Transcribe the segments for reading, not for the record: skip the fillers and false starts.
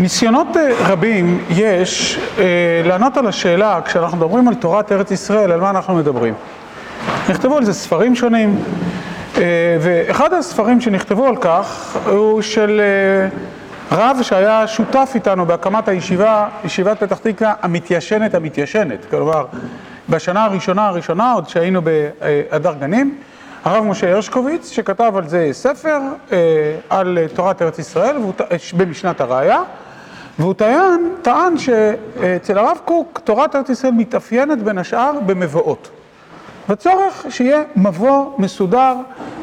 ניסיונות רבים יש לענות על השאלה, כשאנחנו מדברים על תורת ארץ ישראל, על מה אנחנו מדברים. נכתבו על זה ספרים שונים, ואחד הספרים שנכתבו על כך הוא של רב שהיה שותף איתנו בהקמת הישיבה, ישיבת פתח תקווה המתיישנת, כלומר בשנה הראשונה, עוד שהיינו בהדר גנים, הרב משה הרשקוביץ, שכתב על זה ספר על תורת ארץ ישראל במשנת הראיה, והוא טען שאצל הרב קוק תורת ארץ ישראל מתאפיינת בין השאר במבואות. וצורך שיהיה מבוא מסודר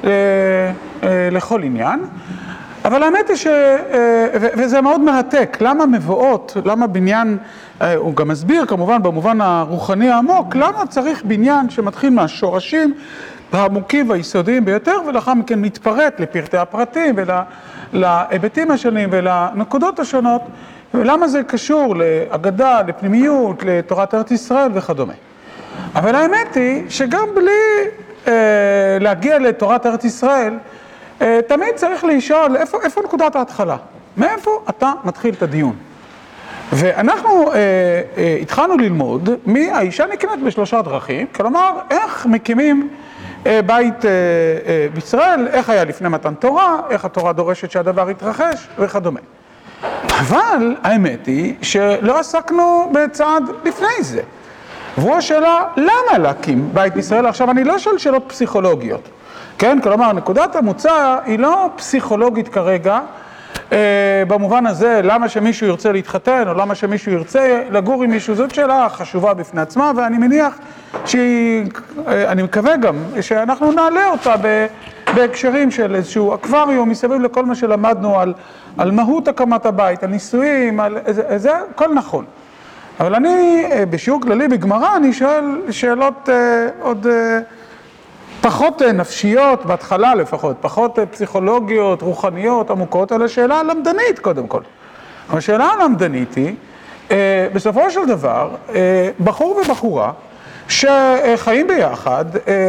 לכל עניין, אבל האמת היא וזה מאוד מרתק, למה מבואות, למה בניין, הוא גם מסביר כמובן במובן הרוחני העמוק, למה צריך בניין שמתחיל מהשורשים העמוקים והיסודיים ביותר, ולאחר מכן מתפרט לפרטי הפרטים ולהיבטים השונים ולנקודות השונות, ולמה זה קשור להגדה, לפנימיות, לתורת ארץ ישראל וכדומה. אבל האמת היא שגם בלי להגיע לתורת ארץ ישראל, תמיד צריך לשאול איפה נקודת ההתחלה, מאיפה אתה מתחיל את הדיון. ואנחנו התחלנו ללמוד האישה נקנית בשלושה דרכים, כלומר איך מקימים בית בישראל, איך היה לפני מתן תורה, איך התורה דורשת שהדבר יתרחש וכדומה. אבל האמת היא שלא עסקנו בצעד לפני זה. והוא השאלה, למה להקים בית בישראל? עכשיו אני לא שואל שאלות פסיכולוגיות, כן? כלומר, נקודת המוצא היא לא פסיכולוגית כרגע, במובן הזה, למה שמישהו ירצה להתחתן, או למה שמישהו ירצה לגור עם מישהו, זאת שאלה חשובה בפני עצמה, ואני מניח אני מקווה גם שאנחנו נעלה אותה בהקשרים של איזשהו אקווריום, מסביב לכל מה שלמדנו על מהות הקמת הבית, על נישואים, זה הכל נכון. אבל אני, בשיעור כללי בגמרא, אני שואל שאלות עוד פחות נפשיות, בהתחלה לפחות, פחות פסיכולוגיות, רוחניות, עמוקות, אלא שאלה למדנית קודם כל. השאלה הלמדנית היא, בסופו של דבר, בחור ובחורה שחיים ביחד,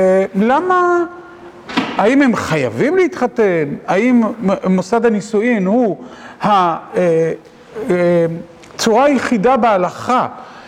האם הם חייבים להתחתן? האם מוסד הנישואין הוא הצורה היחידה בהלכה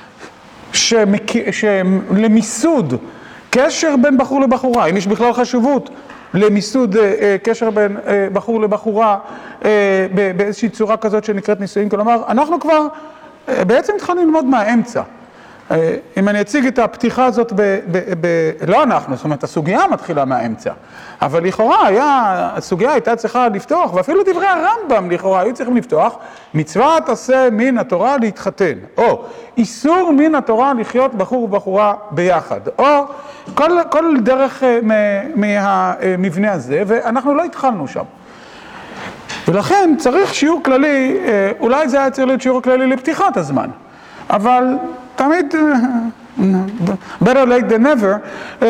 למיסוד קשר בין בחור לבחורה? האם יש בכלל חשיבות למיסוד קשר בין בחור לבחורה באיזושהי צורה כזאת שנקראת נישואין? כלומר, אנחנו כבר בעצם התחלנו ללמוד מהאמצע. אם אני אציג את הפתיחה הזאת, לא אנחנו, זאת אומרת, הסוגיה מתחילה מהאמצע. אבל לכאורה הסוגיה הייתה צריכה לפתוח, ואפילו דברי הרמב"ם לכאורה היו צריכים לפתוח, מצוות עשה מן התורה להתחתן, או איסור מן התורה לחיות בחור ובחורה ביחד, או כל דרך מהמבנה הזה, ואנחנו לא התחלנו שם. ולכן צריך שיעור כללי, אולי זה היה צריך להיות שיעור כללי לפתיחת הזמן, אבל תמיד, better late than never,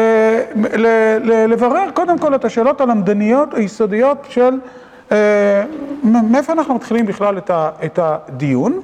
לברר קודם כל את השאלות הלמדניות, היסודיות של מאיפה אנחנו מתחילים בכלל את הדיון.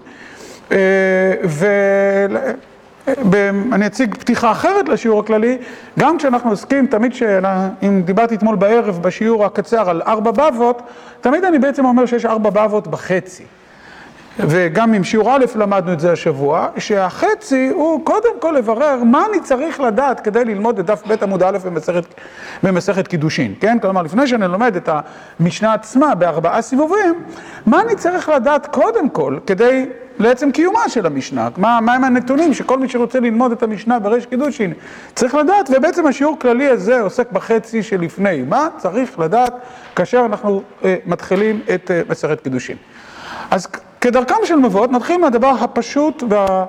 ואני אציג פתיחה אחרת לשיעור הכללי, גם כשאנחנו עוסקים, תמיד אם דיברתי אתמול בערב בשיעור הקצר על 4 בבות, תמיד אני בעצם אומר שיש 4 בבות בחצי. וגם עם שיעור א' למדנו את זה השבוע, שהחצי הוא קודם כל לברר מה אני צריך לדעת כדי ללמוד את דף ב' עמוד א' במסכת קידושין, כן? כלומר, לפני שאני לומד את המשנה עצמה ב4 סיבובים, מה אני צריך לדעת קודם כל כדי לעצם קיומה של המשנה? מה הם הנתונים שכל מי שרוצה ללמוד את המשנה בריש קידושין צריך לדעת, ובעצם השיעור כללי הזה עוסק בחצי שלפני. מה צריך לדעת כאשר אנחנו מתחילים את מסכת קידושין? אז כדרכם של מבואות נתחיל מהדבר הפשוט,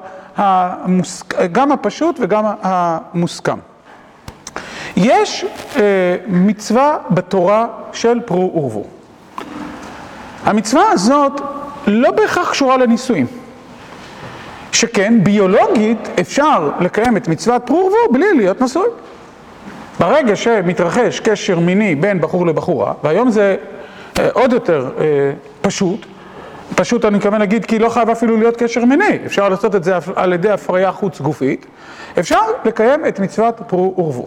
גם הפשוט וגם המוסכם. יש מצווה בתורה של פרו ורבו. המצווה הזאת לא בהכרח קשורה לנישואים. שכן ביולוגית אפשר לקיים את מצוות פרו ורבו בלי להיות נשוי. ברגע שמתרחש קשר מיני בין בחור לבחורה, והיום זה עוד יותר פשוט אני מתכוון להגיד כי לא חייב אפילו להיות קשר מיני, אפשר לעשות את זה על ידי הפריה חוץ גופית, אפשר לקיים את מצוות פרו ורבו.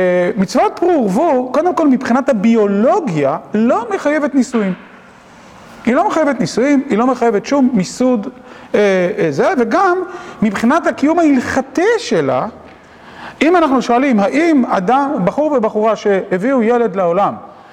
ומצוות פרו ורבו, קודם כל מבחינת הביולוגיה, לא מחייבת נישואים. היא לא מחייבת נישואים, היא לא מחייבת שום מיסוד זה, וגם מבחינת הקיום ההלכתי שלה, אם אנחנו שואלים, האם אדם, בחור ובחורה שהביאו ילד לעולם,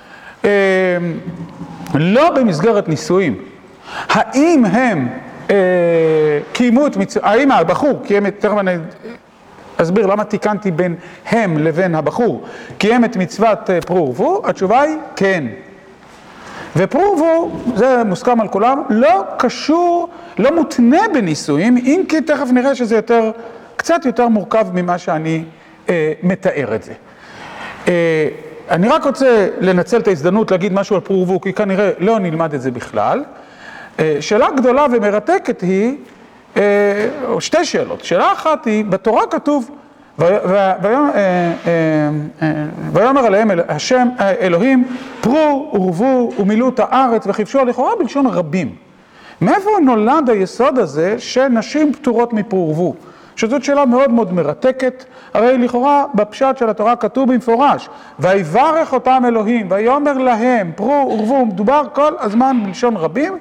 לא במסגרת נישואים, האם הם קיימו את מצוות, האם הבחור קיים את, תכף אני אסביר למה תיקנתי בין הם לבין הבחור, קיים את מצוות פרו ורבו, התשובה היא כן. ופרו ורבו, זה מוסכם על כולם, לא קשור, לא מותנה בנישואים, אם כי תכף נראה שזה יותר, קצת יותר מורכב ממה שאני מתאר את זה. אני רק רוצה לנצל את ההזדמנות להגיד משהו על פרו ורבו, כי כנראה לא נלמד את זה בכלל. שאלה גדולה ומרתקת היא, או שתי שאלות. שאלה אחת היא, בתורה כתוב, ויאמר עליהם השם אלוהים, פרו ורבו ומילאו את הארץ וכבשו, לכאורה בלשון רבים. מאיפה נולד היסוד הזה שנשים פטורות מפרו ורבו? שזאת שאלה מאוד מאוד מרתקת, הרי לכאורה בפשט של התורה כתוב במפורש, ויברך אותם אלוהים, ויאמר להם פרו ורבו, מדובר כל הזמן בלשון רבים,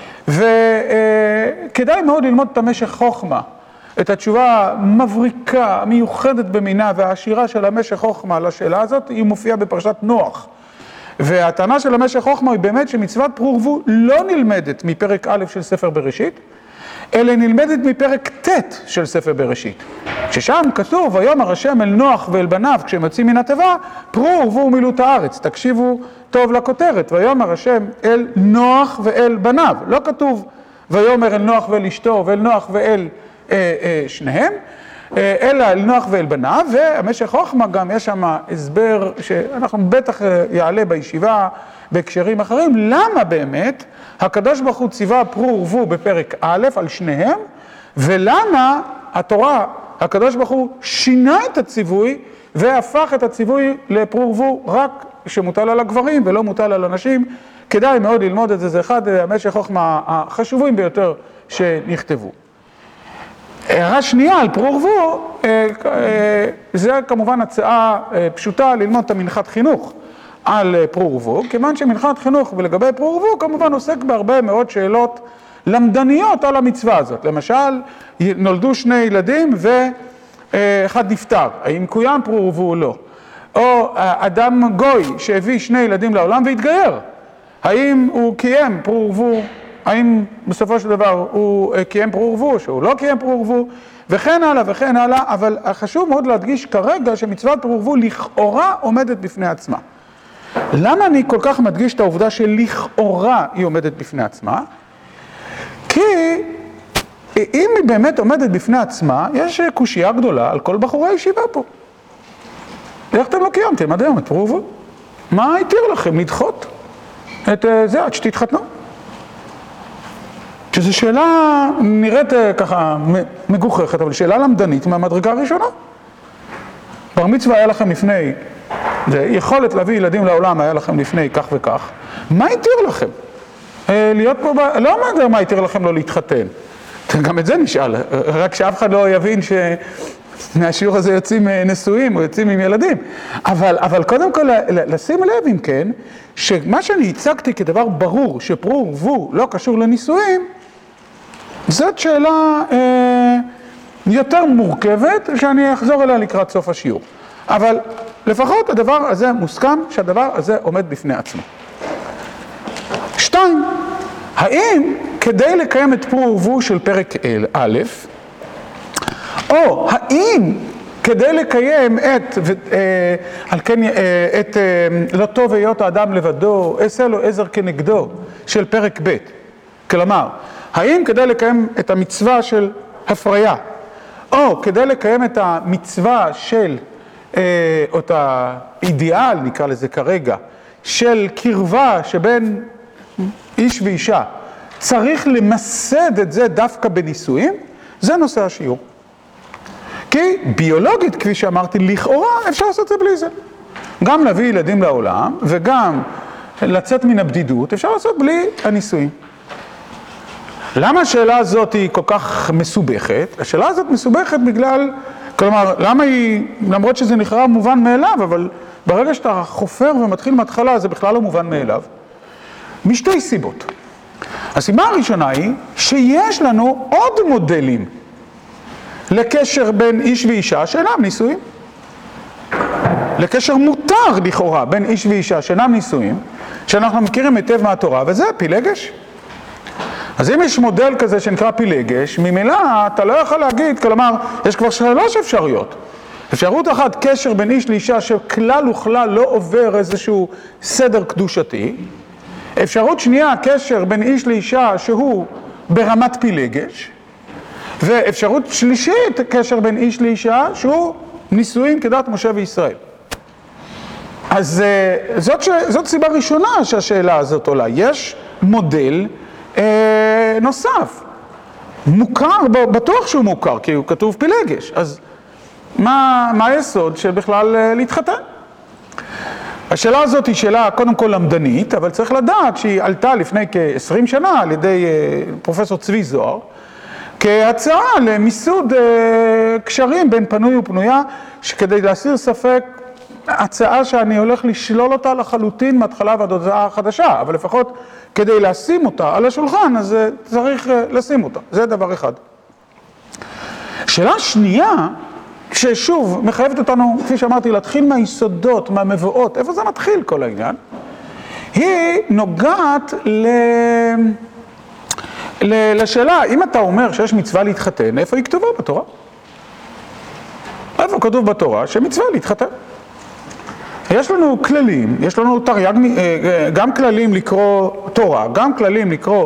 וכדאי מאוד ללמוד את המשך חוכמה, את התשובה מבריקה, מיוחדת במינה והעשירה של המשך חוכמה לשאלה הזאת, היא מופיעה בפרשת נוח. והטענה של המשך חוכמה היא באמת שמצוות פרו ורבו לא נלמדת מפרק א' של ספר בראשית, אלא נלמדת מפרק ט' של ספר בראשית. ששם כתוב, ויאמר השם אל נוח ואל בניו, כשהם יוצאים מן התיבה, פרו ורבו ומילאו את הארץ. תקשיבו טוב לכותרת, ויאמר השם אל נוח ואל בניו. לא כתוב, ויאמר אל נוח ואל אשתו ואל נוח ואל שניהם, אלא אל נוח ואל בניו, והמשך חוכמה גם יש שם הסבר שאנחנו בטח יעלה בישיבה בהקשרים אחרים, למה באמת הקדוש ברוך הוא ציווה פרו ורבו בפרק א' על שניהם, ולמה התורה, הקדוש ברוך הוא שינה את הציווי והפך את הציווי לפרו ורבו רק שמוטל על הגברים ולא מוטל על הנשים. כדאי מאוד ללמוד את זה, זה אחד המשך חוכמה החשובים ביותר שנכתבו. הערה שנייה על פרו ורבו, זה כמובן הצעה פשוטה ללמוד את המנחת חינוך על פרו ורבו, כיוון שמנחת חינוך ולגבי פרו ורבו כמובן עוסק בהרבה מאוד שאלות למדניות על המצווה הזאת. למשל, נולדו שני ילדים ואחד נפטר, האם קוים פרו ורבו או לא? או אדם גוי שהביא שני ילדים לעולם והתגייר, האם הוא קיים פרו ורבו? האם בסופו של דבר הוא קיים פרו ורבו, שהוא לא קיים פרו ורבו, וכן הלאה וכן הלאה, אבל חשוב מאוד להדגיש כרגע שמצוות פרו ורבו לכאורה עומדת בפני עצמה. למה אני כל כך מדגיש את העובדה שלכאורה היא עומדת בפני עצמה? כי אם היא באמת עומדת בפני עצמה, יש קושייה גדולה על כל בחורי הישיבה פה. איך אתם לא קיימתם עד היום את פרו ורבו? מה התיר לכם לדחות את זה עד שתתחתנו? שזו שאלה נראית ככה מגוחכת, אבל שאלה למדנית מהמדרגה הראשונה. בר מצווה היה לכם לפני, זה יכולת להביא ילדים לעולם היה לכם לפני כך וכך. מה התיר לכם? להיות פה, לא אומר מה התיר לכם לא להתחתן. גם את זה נשאל, רק שאף אחד לא יבין שמהשיעור הזה יוצאים נשואים או יוצאים עם ילדים. אבל קודם כל לשים לב אם כן, שמה שאני הצגתי כדבר ברור שפרו ורבו לא קשור לנישואים, זאת שאלה יותר מורכבת שאני אחזור אליה לקראת סוף השיעור. אבל לפחות הדבר הזה מוסכם שהדבר הזה עומד בפני עצמו. 2. האם כדי לקיים את פרו ורבו של פרק א', או האם כדי לקיים את לא טוב היות האדם לבדו, אעשה לו עזר כנגדו של פרק ב', כלומר, האם כדי לקיים את המצווה של הפריה, או כדי לקיים את המצווה של, או את האידיאל, נקרא לזה כרגע, של קרבה שבין איש ואישה, צריך למסד את זה דווקא בנישואים, זה נושא השיעור. כי ביולוגית, כפי שאמרתי, לכאורה אפשר לעשות את זה בלי זה. גם להביא ילדים לעולם, וגם לצאת מן הבדידות, אפשר לעשות בלי הנישואים. למה השאלה הזאת היא כל כך מסובכת? השאלה הזאת מסובכת בגלל, כלומר, למה היא, למרות שזה נקרא מובן מאליו, אבל ברגע שאתה חופר ומתחיל מההתחלה, זה בכלל לא מובן מאליו. משתי סיבות. הסיבה הראשונה היא שיש לנו עוד מודלים לקשר בין איש ואישה שאינם נישואים. לקשר מותר לכאורה בין איש ואישה שאינם נישואים, שאנחנו מכירים היטב מהתורה, וזה פילגש. אז אם יש מודל כזה שנקרא פילגש, ממילא אתה לא יכול להגיד, כלומר, יש כבר 3 אפשרויות. אפשרות אחת, קשר בין איש לאישה שכלל וכלל לא עובר איזשהו סדר קדושתי. אפשרות שנייה, קשר בין איש לאישה שהוא ברמת פילגש. ואפשרות שלישית, קשר בין איש לאישה שהוא נישואים כדת משה וישראל. אז זאת סיבה ראשונה שהשאלה הזאת עולה. יש מודל נוסף, מוכר, בטוח שהוא מוכר, כי הוא כתוב פילגש. אז מה היסוד של בכלל להתחתן? השאלה הזאת היא שאלה קודם כל למדנית, אבל צריך לדעת שהיא עלתה לפני כ-20 שנה על ידי פרופסור צבי זוהר, כהצעה למיסוד קשרים בין פנוי ופנויה, שכדי להסיר ספק, הצעה שאני הולך לשלול אותה לחלוטין מההתחלה ועד הודעה חדשה, אבל לפחות כדי לשים אותה על השולחן, אז צריך לשים אותה. זה דבר אחד. שאלה שנייה, ששוב מחייבת אותנו, כפי שאמרתי, להתחיל מהיסודות, מהמבואות, איפה זה מתחיל כל העניין? היא נוגעת לשאלה, אם אתה אומר שיש מצווה להתחתן, איפה היא כתובה בתורה? איפה כתוב בתורה שמצווה להתחתן? יש לנו כללים, יש לנו תרי"ג, גם כללים לקרוא תורה, גם כללים לקרוא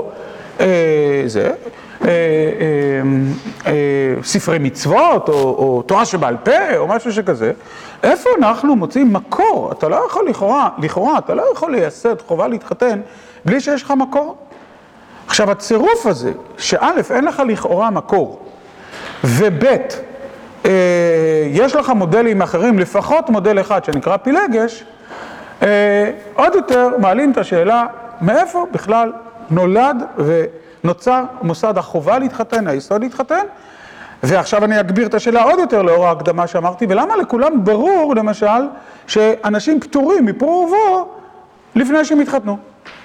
ספרי מצוות, או תורה שבעל פה, או משהו שכזה. איפה אנחנו מוצאים מקור? אתה לא יכול לכאורה, אתה לא יכול לייסד חובה להתחתן בלי שיש לך מקור. עכשיו, הצירוף הזה, שא' אין לך לכאורה מקור, וב' יש לך מודלים אחרים, לפחות מודל אחד שנקרא פילגש, עוד יותר מעלים את השאלה, מאיפה בכלל נולד ונוצר מוסד החובה להתחתן, היסוד להתחתן, ועכשיו אני אגביר את השאלה עוד יותר לאור ההקדמה שאמרתי, ולמה לכולם ברור, למשל, שאנשים פטורים מפרו ורבו לפני שהם התחתנו?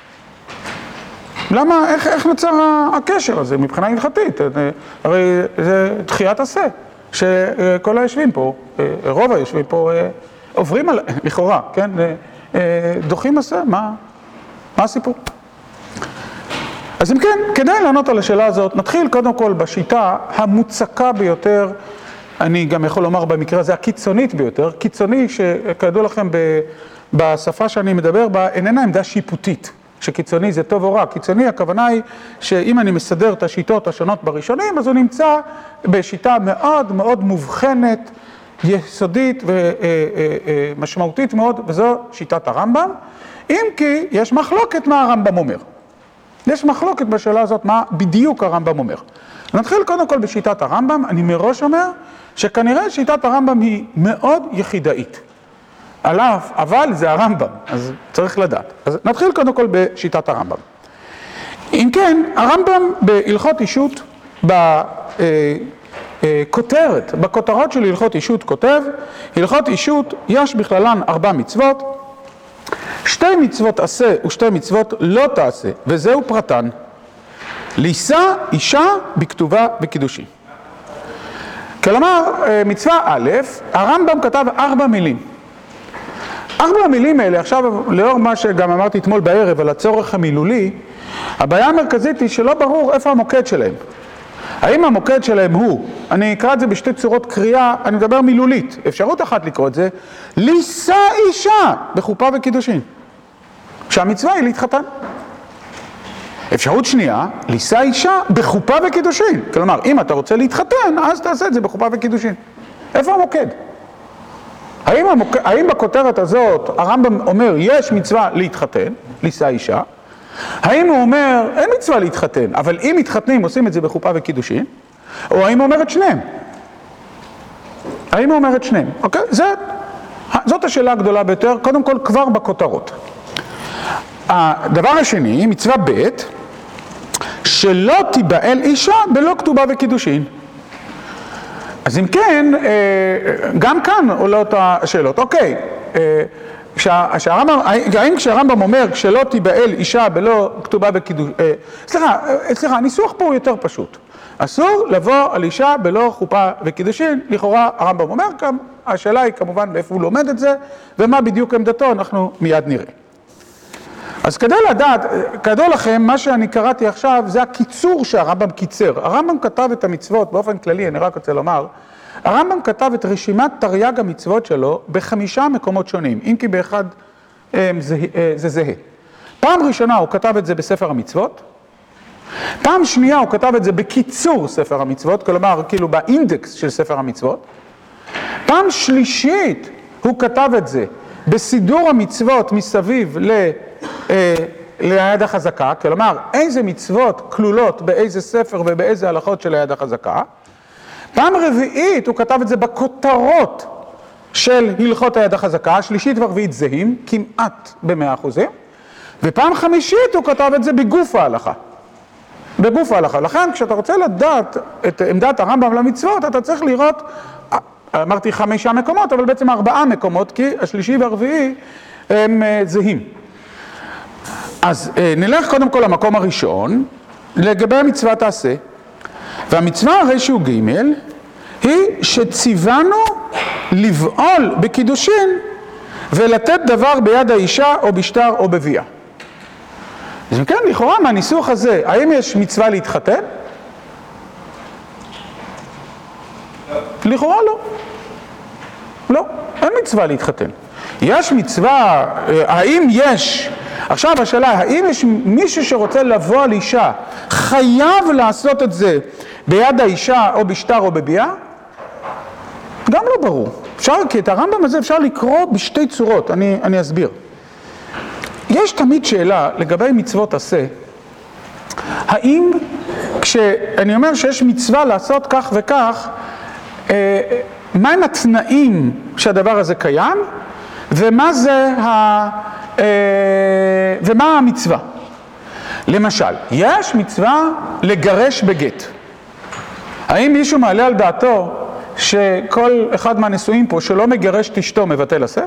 למה, איך נוצר הקשר הזה מבחינה הלכתית? הרי זה דחיית עשה, שכל היושבים פה, רוב היושבים פה, עוברים על, לכאורה, כן? דוחים עשה, מה הסיפור? אז אם כן, כדאי לענות על השאלה הזאת, נתחיל קודם כל בשיטה המוצקה ביותר, אני גם יכול לומר במקרה הזה הקיצונית ביותר, קיצוני שכידוע לכם בשפה שאני מדבר בה, איננה עמדה שיפוטית. שקיצוני זה טוב או רע. קיצוני הכוונה היא שאם אני מסדר את השיטות השונות בראשונים, אז הוא נמצא בשיטה מאוד מאוד מובחנת, יסודית ומשמעותית מאוד, וזו שיטת הרמב"ם, אם כי יש מחלוקת מה הרמב"ם אומר. יש מחלוקת בשאלה הזאת מה בדיוק הרמב"ם אומר. נתחיל קודם כל בשיטת הרמב"ם, אני מראש אומר שכנראה שיטת הרמב"ם היא מאוד יחידאית. אבל זה הרמב"ם, אז צריך לדעת. אז נתחיל קודם כל בשיטת הרמב"ם. אם כן, הרמב"ם בהלכות אישות, בכותרות של הלכות אישות כותב, הלכות אישות יש בכללן 4 מצוות, 2 מצוות עשה ו2 מצוות לא תעשה, וזהו פרטן. לישא אישה בכתובה וקידושין. כלומר, מצווה א', הרמב"ם כתב 4 מילים. 4 המילים האלה, עכשיו לאור מה שגם אמרתי אתמול בערב על הצורך המילולי, הבעיה המרכזית היא שלא ברור איפה המוקד שלהם. האם המוקד שלהם הוא, אני אקרא את זה בשתי צורות קריאה, אני מדבר מילולית, אפשרות אחת לקרוא את זה, לישא אישה בחופה וקידושין, שהמצווה היא להתחתן. אפשרות שנייה, לישא אישה בחופה וקידושין, כלומר אם אתה רוצה להתחתן אז תעשה את זה בחופה וקידושין. איפה המוקד? האם בכותרת הזאת הרמב"ם אומר יש מצווה להתחתן, לישא אישה? האם הוא אומר אין מצווה להתחתן, אבל אם מתחתנים עושים את זה בחופה וקידושין? או האם הוא אומר את שניהם? האם הוא אומר את שניהם? אוקיי? זאת השאלה הגדולה ביותר, קודם כל כבר בכותרות. הדבר השני, מצווה ב' שלא תיבעל אישה בלא כתובה וקידושין. אז אם כן, גם כאן עולות השאלות. אוקיי, האם כשהרמב"ם אומר, כשלא תיבעל אישה בלא כתובה בקידוש... סליחה, הניסוח פה הוא יותר פשוט. אסור לבוא על אישה בלא חופה וקידושין, לכאורה הרמב"ם אומר, השאלה היא כמובן מאיפה הוא לומד את זה, ומה בדיוק עמדתו, אנחנו מיד נראה. אז כדי לדעת, כדאי לכם, מה שאני קראתי עכשיו, זה הקיצור שהרמב"ם קיצר. הרמב"ם כתב את המצוות, באופן כללי, אני רק רוצה לומר, הרמב"ם כתב את רשימת תרי"ג המצוות שלו ב5 מקומות שונים, אם כי באחד זה זהה. פעם ראשונה הוא כתב את זה בספר המצוות, פעם שנייה הוא כתב את זה בקיצור ספר המצוות, כלומר כאילו באינדקס של ספר המצוות, פעם שלישית הוא כתב את זה בסידור המצוות מסביב ליד החזקה, כלומר איזה מצוות כלולות באיזה ספר ובאיזה הלכות של היד החזקה, פעם רביעית הוא כתב את זה בכותרות של הלכות היד החזקה, השלישית והרביעית זהים, כמעט ב100%, ופעם חמישית הוא כתב את זה בגוף ההלכה. בגוף ההלכה. לכן כשאתה רוצה לדעת את עמדת הרמב"ם למצוות, אתה צריך לראות, אמרתי 5 מקומות, אבל בעצם 4 מקומות, כי השלישי והרביעי הם זהים. אז נלך קודם כל למקום הראשון, לגבי המצווה תעשה. והמצווה הרש"ג היא שציוונו לבעול בקידושין ולתת דבר ביד האישה או בשטר או בביאה. אז כן, לכאורה מהניסוח הזה, האם יש מצווה להתחתן? לכאורה לא. לא, אין מצווה להתחתן. יש מצווה, האם יש, עכשיו השאלה, האם יש מישהו שרוצה לבוא על אישה, חייב לעשות את זה ביד האישה או בשטר או בביאה? גם לא ברור. אפשר, כי את הרמב"ם הזה אפשר לקרוא בשתי צורות, אני אסביר. יש תמיד שאלה לגבי מצוות עשה, האם כשאני אומר שיש מצווה לעשות כך וכך, מהם התנאים שהדבר הזה קיים, ומה המצווה? למשל, יש מצווה לגרש בגט. האם מישהו מעלה על דעתו שכל אחד מהנישואים פה שלא מגרש את אשתו מבטל עשה?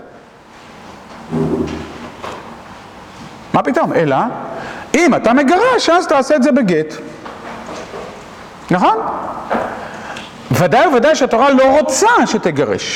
מה פתאום? אלא, אם אתה מגרש, אז תעשה את זה בגט. נכון? ודאי וודאי שהתורה לא רוצה שתגרש.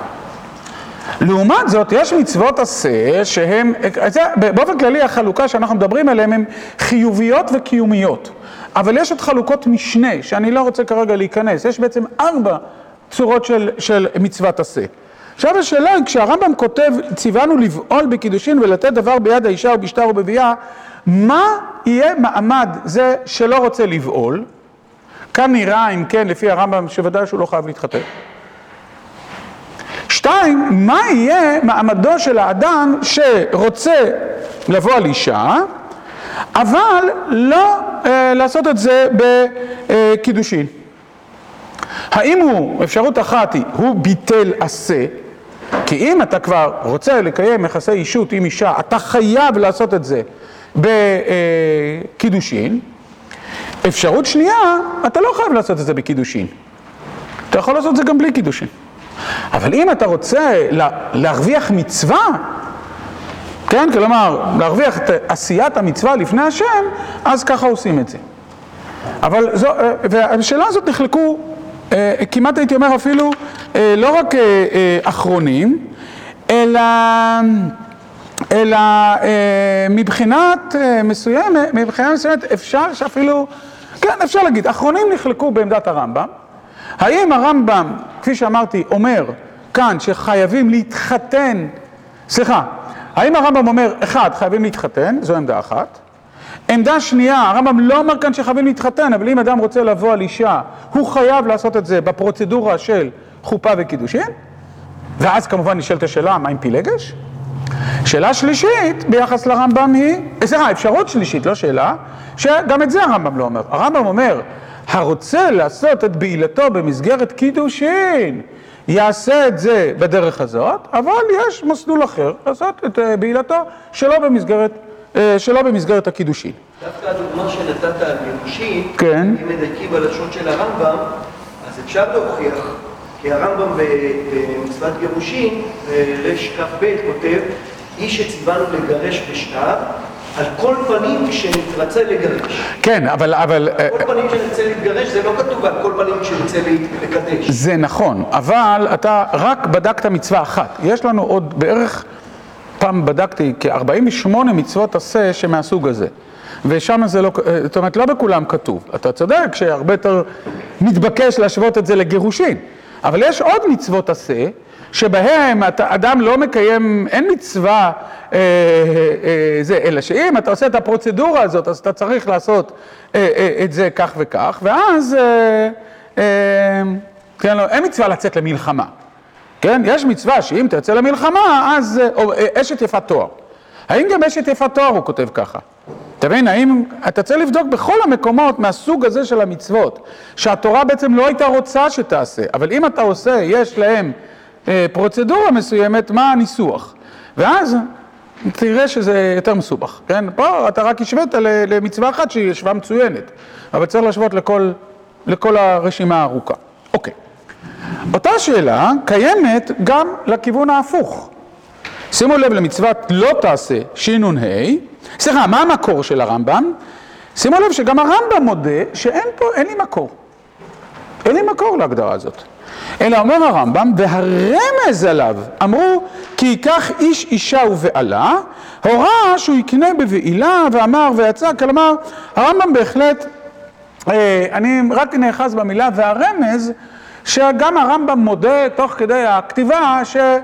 לעומת זאת, יש מצוות עשה שהן, באופן כללי החלוקה שאנחנו מדברים עליהן הן חיוביות וקיומיות. אבל יש עוד חלוקות משנה, שאני לא רוצה כרגע להיכנס. יש בעצם 4 צורות של מצוות עשה. עכשיו השאלה היא, כשהרמב"ם כותב, ציוונו לבעול בקידושין ולתת דבר ביד האישה או בשטר או בביאה, מה יהיה מעמד זה שלא רוצה לבעול? כאן נראה, אם כן, לפי הרמב"ם, שוודאי שהוא לא חייב להתחתן. 2, מה יהיה מעמדו של האדם שרוצה לבוא על אישה, אבל לא לעשות את זה בקידושין? האם הוא, אפשרות אחת היא, הוא ביטל עשה, כי אם אתה כבר רוצה לקיים יחסי אישות עם אישה, אתה חייב לעשות את זה בקידושין. אפשרות שנייה, אתה לא חייב לעשות את זה בקידושין. אתה יכול לעשות את זה גם בלי קידושין. אבל אם אתה רוצה להרוויח מצווה, כן, כלומר, להרוויח את עשיית המצווה לפני השם, אז ככה עושים את זה. אבל והשאלה הזאת נחלקו, כמעט הייתי אומר אפילו, לא רק אחרונים, אלא מבחינת מסוימת, אפשר שאפילו, כן, אפשר להגיד, אחרונים נחלקו בעמדת הרמב"ם. האם הרמב"ם, כפי שאמרתי, אומר כאן שחייבים להתחתן, סליחה, האם הרמב"ם אומר, 1, חייבים להתחתן, זו עמדה אחת. עמדה שנייה, הרמב"ם לא אומר כאן שחייבים להתחתן, אבל אם אדם רוצה לבוא על אישה, הוא חייב לעשות את זה בפרוצדורה של חופה וקידושין, ואז כמובן נשאלת השאלה, מה עם פילגש? שאלה שלישית ביחס לרמב"ם היא, אפשרות שלישית, לא שאלה, שגם את זה הרמב"ם לא אומר. הרמב"ם אומר, הרוצה לעשות את בעילתו במסגרת קידושין, יעשה את זה בדרך הזאת, אבל יש מסלול אחר לעשות את בעילתו שלא במסגרת הקידושין. דווקא הדוגמה שנתת על גירושין, כן. אם מדייקים בלשון של הרמב"ם, אז אפשר להוכיח, כי הרמב"ם במצוות גירושין, רשכ"ב כותב, איש שציוונו לגרש בשטר, על כל פנים כשנתרצה לגרש. כן, אבל... על כל פנים כשנרצה להתגרש, זה לא כתוב על כל פנים כשנרצה לקדש. זה נכון, אבל אתה רק בדקת מצווה אחת. יש לנו עוד בערך, פעם בדקתי, כ-48 מצוות עשה שמהסוג הזה. ושם זה לא, זאת אומרת, לא בכולם כתוב. אתה צודק שהרבה יותר מתבקש להשוות את זה לגירושין. אבל יש עוד מצוות עשה, שבהם אדם לא מקיים, אין מצווה אלא שאם אתה עושה את הפרוצדורה הזאת, אז אתה צריך לעשות את זה כך וכך, ואז אין מצווה לצאת למלחמה. כן? יש מצווה שאם תצא למלחמה, אז אשת יפת תואר. האם גם אשת יפת תואר הוא כותב ככה? תבין, האם אתה צריך לבדוק בכל המקומות מהסוג הזה של המצוות, שהתורה בעצם לא הייתה רוצה שתעשה, אבל אם אתה עושה, יש להם פרוצדורה מסוימת, מה הניסוח? ואז תראה שזה יותר מסובך, כן? פה אתה רק השווית למצווה אחת שהיא ישבה מצוינת, אבל צריך להשוות לכל הרשימה הארוכה. אוקיי. אותה שאלה קיימת גם לכיוון ההפוך. שימו לב למצוות לא תעשה שינון ה', סליחה, מה המקור של הרמב"ם? שימו לב שגם הרמב"ם מודה שאין פה, אין לי מקור. אין לי מקור להגדרה הזאת. אלא אומר הרמב"ם, והרמז עליו, אמרו, כי ייקח איש אישה ובעלה, הוראה שהוא יקנה בבעילה, ואמר ויצא, כלומר, הרמב"ם בהחלט, אני רק נאחז במילה, והרמז, שגם הרמב"ם מודה תוך כדי הכתיבה,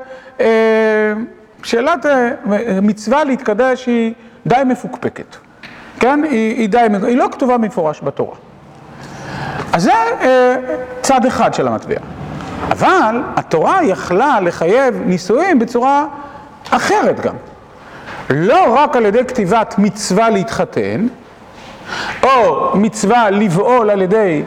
שאלת מצווה להתקדש היא די מפוקפקת. כן? היא לא כתובה מפורש בתורה. אז זה צד אחד של המטבע. אבל התורה יכלה לחייב נישואים בצורה אחרת גם. לא רק על ידי כתיבת מצווה להתחתן, או מצווה לבעול על ידי...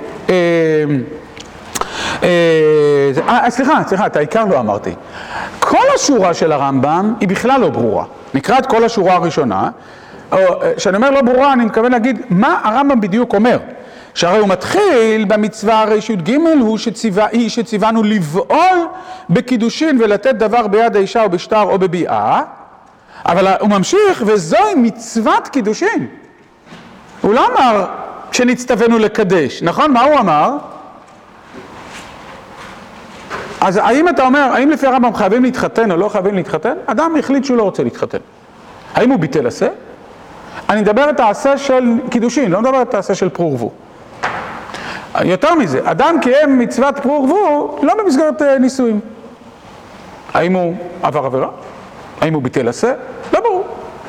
סליחה, את העיקר לא אמרתי. כל השורה של הרמב"ם היא בכלל לא ברורה. נקרא את כל השורה הראשונה, כשאני אומר לא ברורה, אני מתכוון להגיד מה הרמב"ם בדיוק אומר. שהרי הוא מתחיל במצווה ר"ג, היא שציוונו לבעול בקידושין ולתת דבר ביד האישה או בשטר או בביאה, אבל הוא ממשיך, וזוהי מצוות קידושין. הוא לא אמר שנצטווינו לקדש, נכון? מה הוא אמר? אז האם אתה אומר, האם לפי הרמב"ם חייבים להתחתן או לא חייבים להתחתן? אדם החליט שהוא לא רוצה להתחתן. האם הוא ביטל עשה? אני מדבר את העשה של קידושין, לא מדבר את העשה של פרו ורבו. יותר מזה, אדם קיים מצוות פרו ורבו לא במסגרת נישואים. האם הוא עבר עבירה? האם הוא ביטל עשה? לא ברור.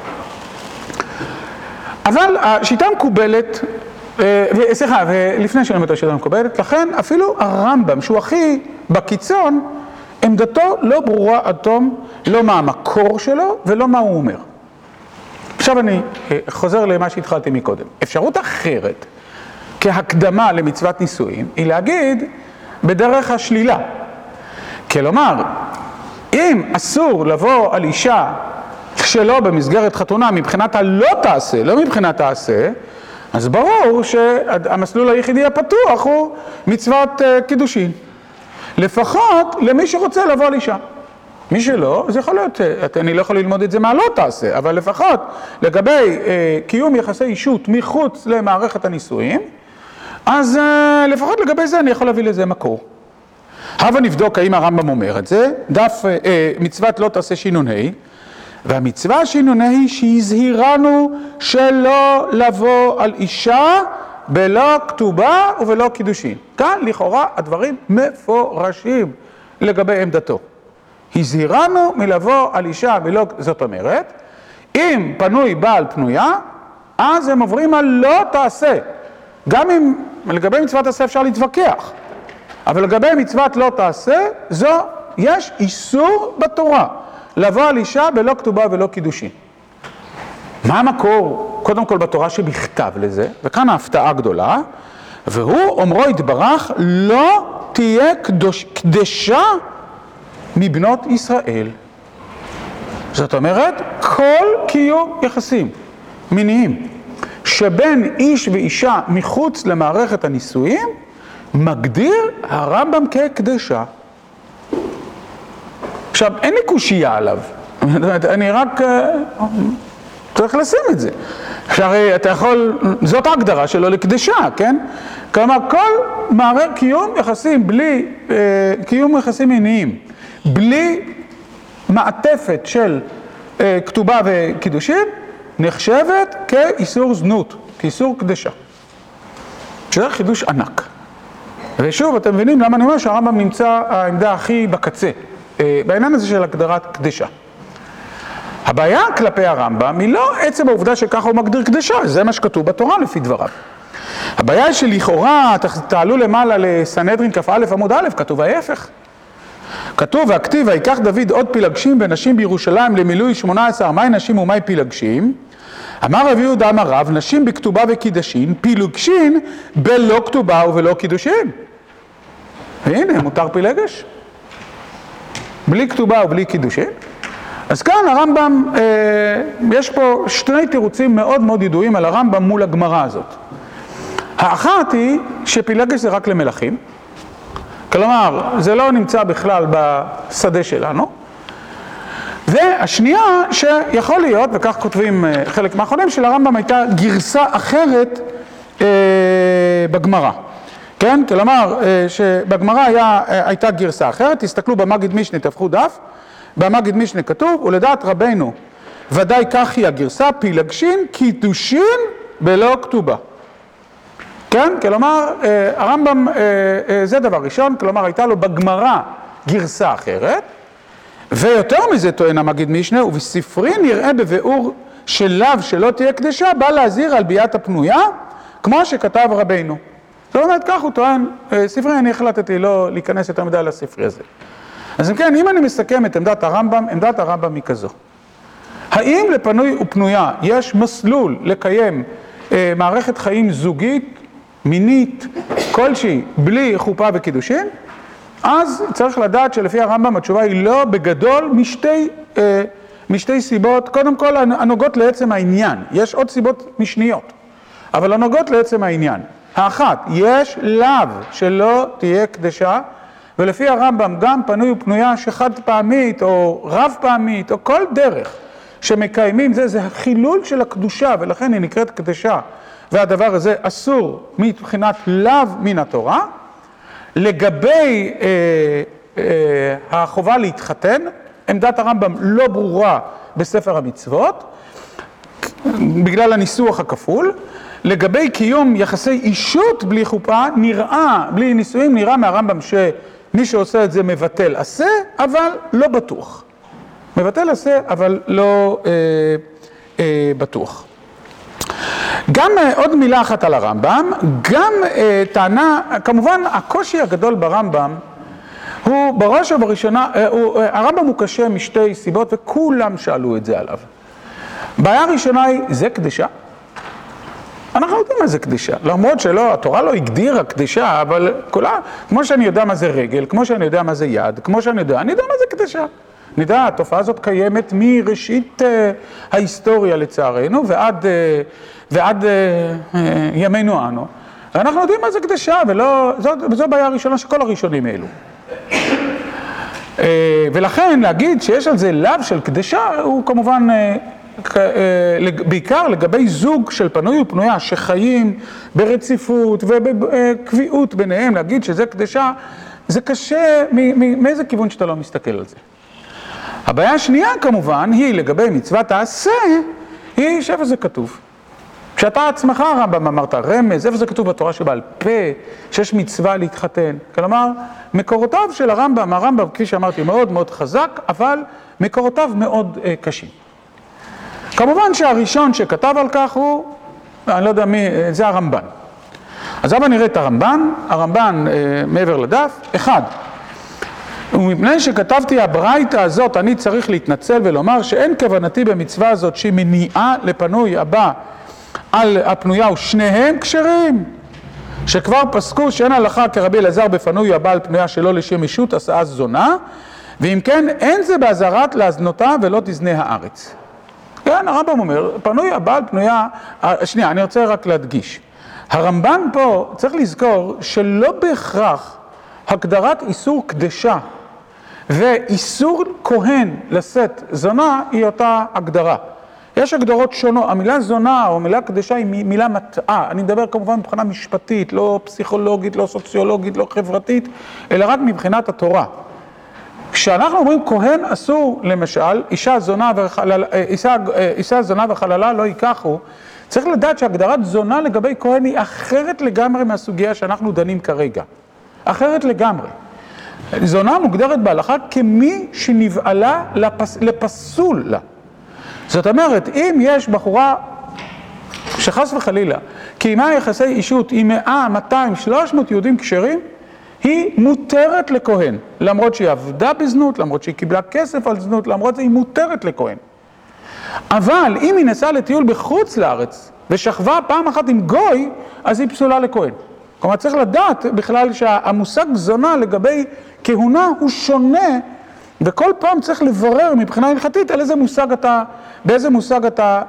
אבל השיטה מקובלת, סליחה, ולפני שאני אומר את השיטה מקובלת, לכן אפילו הרמב"ם, שהוא הכי בקיצון, עמדתו לא ברורה עד תום, לא מה המקור שלו ולא מה הוא אומר. עכשיו אני חוזר למה שהתחלתי מקודם. אפשרות אחרת, כהקדמה למצוות נישואים, היא להגיד בדרך השלילה. כלומר, אם אסור לבוא על אישה שלא במסגרת חתונה מבחינת הלא תעשה, לא מבחינת העשה, אז ברור שהמסלול היחידי הפתוח הוא מצוות קידושין. לפחות למי שרוצה לבוא על אישה. מי שלא, זה יכול להיות, אני לא יכול ללמוד את זה מה לא תעשה, אבל לפחות לגבי קיום יחסי אישות מחוץ למערכת הנישואים, אז לפחות לגבי זה אני יכול להביא לזה מקור. הבה נבדוק האם הרמב"ם אומר את זה, דף מצוות לא תעשה שינון ה', והמצווה שינון ה' שהזהירנו שלא לבוא על אישה בלא כתובה ובלא קידושין. כאן לכאורה הדברים מפורשים לגבי עמדתו. הזהירנו מלבוא על אישה בלא, זאת אומרת, אם פנוי בעל פנויה, אז הם עוברים על לא תעשה. גם אם לגבי מצוות תעשה אפשר להתווכח, אבל לגבי מצוות לא תעשה, יש איסור בתורה, לבוא על אישה בלא כתובה ולא קידושין. מה המקור? קודם כל בתורה שבכתב לזה, וכאן ההפתעה גדולה, והוא אומרו יתברך, לא תהיה קדשה מבנות ישראל. זאת אומרת, כל קיום יחסים מיניים שבין איש ואישה מחוץ למערכת הנישואים, מגדיר הרמב"ם כקדשה. עכשיו, אין לי קושייה עליו. אני רק צריך לשים את זה. שהרי אתה יכול, זאת ההגדרה שלו לקדשה, כן? כלומר, כל מערכת קיום יחסים בלי, קיום יחסים מיניים, בלי מעטפת של כתובה וקידושים, נחשבת כאיסור זנות, כאיסור קדשה. שזה חידוש ענק. ושוב, אתם מבינים למה אני אומר שהרמב"ם נמצא העמדה הכי בקצה, בעניין הזה של הגדרת קדשה. הבעיה כלפי הרמב"ם היא לא עצם העובדה שככה הוא מגדיר קדשה, זה מה שכתוב בתורה לפי דבריו. הבעיה היא שלכאורה, תעלו למעלה לסנהדרין כ"א עמוד א', כתוב ההפך. כתוב והכתיב, ויקח דוד עוד פילגשים ונשים בירושלים למילוי 18 מי נשים ומי פילגשים. אמר רבי יהודה אמר רב, נשים בכתובה וקידשין, פילגשין בלא כתובה ובלא קידושין. והנה, מותר פילגש. בלי כתובה ובלי קידושין. אז כאן הרמב"ם, יש פה שני תירוצים מאוד מאוד ידועים על הרמב"ם מול הגמרא הזאת. האחת היא שפילגש זה רק למלכים. כלומר, זה לא נמצא בכלל בשדה שלנו. והשנייה שיכול להיות, וכך כותבים חלק מהאחרונים, שלרמב"ם הייתה גרסה אחרת בגמרא. כן? כלומר, שבגמרא הייתה גרסה אחרת, תסתכלו במגיד משנה, תפחו דף, במגיד משנה כתוב, ולדעת רבנו, ודאי כך היא הגרסה, פילגשין, קידושין בלא כתובה. כן? כלומר, הרמב"ם, זה דבר ראשון, כלומר, הייתה לו בגמרא גרסה אחרת, ויותר מזה טוען המגיד משנה, ובספרי נראה בביאור שלאו שלא תהיה קדשה, בא להזהיר על ביאת הפנויה, כמו שכתב רבנו. זאת אומרת, כך הוא טוען, ספרי, אני החלטתי לא להיכנס יותר מדי לספרי הזה. אז כן, אם אני מסכם את עמדת הרמב"ם היא כזו. האם לפנוי ופנויה יש מסלול לקיים מערכת חיים זוגית, מינית, כלשהי, בלי חופה וקידושין? אז צריך לדעת שלפי הרמב"ם התשובה היא לא בגדול משתי סיבות, קודם כל הנוגעות לעצם העניין, יש עוד סיבות משניות, אבל הנוגעות לעצם העניין. האחת, יש לאו שלא תהיה קדשה, ולפי הרמב"ם גם פנוי ופנויה שחד פעמית או רב פעמית או כל דרך שמקיימים זה החילול של הקדושה, ולכן היא נקראת קדשה, והדבר הזה אסור מבחינת לאו מן התורה. לגבי החובה להתחתן, עמדת הרמב"ם לא ברורה בספר המצוות, בגלל הניסוח הכפול. לגבי קיום יחסי אישות בלי חופה, בלי נישואים, נראה מהרמב"ם שמי שעושה את זה מבטל עשה, אבל לא בטוח. מבטל עשה, אבל לא בטוח. גם עוד מילה אחת על הרמב"ם, גם טענה, כמובן הקושי הגדול ברמב"ם הוא בראש ובראשונה, הרמב"ם הוא קשה משתי סיבות וכולם שאלו את זה עליו. בעיה ראשונה היא, זה קדשה? אנחנו יודעים מה זה קדשה, למרות שלא, התורה לא הגדירה קדשה, אבל כולה, כמו שאני יודע מה זה רגל, כמו שאני יודע מה זה יד, כמו שאני יודע, אני יודע מה זה קדשה. נדע, התופעה הזאת קיימת מראשית ההיסטוריה לצערנו ועד ימינו אנו. ואנחנו יודעים מה זה קדשה, וזו הבעיה הראשונה שכל הראשונים האלו. ולכן להגיד שיש על זה לאו של קדשה הוא כמובן בעיקר לגבי זוג של פנוי ופנויה שחיים ברציפות ובקביעות ביניהם, להגיד שזה קדשה, זה קשה מאיזה כיוון שאתה לא מסתכל על זה. הבעיה השנייה כמובן היא לגבי מצוות העשה, היא שאיפה זה כתוב. כשאתה עצמך הרמב"ם אמרת רמז, איפה זה כתוב בתורה שבעל פה, שיש מצווה להתחתן. כלומר, מקורותיו של הרמב"ם, כפי שאמרתי, מאוד מאוד חזק, אבל מקורותיו מאוד קשים. כמובן שהראשון שכתב על כך הוא, אני לא יודע מי, זה הרמב"ן. אז אבא נראה את הרמב"ן מעבר לדף, אחד. ומפני שכתבתי הברייתא הזאת, אני צריך להתנצל ולומר שאין כוונתי במצווה הזאת שהיא מניעה לפנוי הבא על הפנויה ושניהם כשרים, שכבר פסקו שאין הלכה כרבי אלעזר בפנוי הבא על פנויה שלא לשם אישות עשה זונה, ואם כן אין זה באזהרת להזנותה ולא תזנה הארץ. כן, הרמב"ם אומר, פנוי הבא על פנויה, שנייה, אני רוצה רק להדגיש. הרמב"ן פה צריך לזכור שלא בהכרח הגדרת איסור קדשה ואיסור כהן לשאת זונה היא אותה הגדרה. יש הגדרות שונות, המילה זונה או מילה קדשה היא מילה מטעה, אני מדבר כמובן מבחינה משפטית, לא פסיכולוגית, לא סוציולוגית, לא חברתית, אלא רק מבחינת התורה. כשאנחנו אומרים כהן אסור, למשל, אישה זונה וחללה לא ייקחו, צריך לדעת שהגדרת זונה לגבי כהן היא אחרת לגמרי מהסוגיה שאנחנו דנים כרגע. אחרת לגמרי. זונה מוגדרת בהלכה כמי שנבעלה לפסול לה. זאת אומרת, אם יש בחורה שחס וחלילה קיימה יחסי אישות עם 100, 200, 300 יהודים כשרים, היא מותרת לכהן, למרות שהיא עבדה בזנות, למרות שהיא קיבלה כסף על זנות, למרות שהיא מותרת לכהן. אבל אם היא נסעה לטיול בחוץ לארץ ושכבה פעם אחת עם גוי, אז היא פסולה לכהן. כלומר, צריך לדעת בכלל שהמושג זונה לגבי כהונה הוא שונה, וכל פעם צריך לברר מבחינה הלכתית על באיזה מושג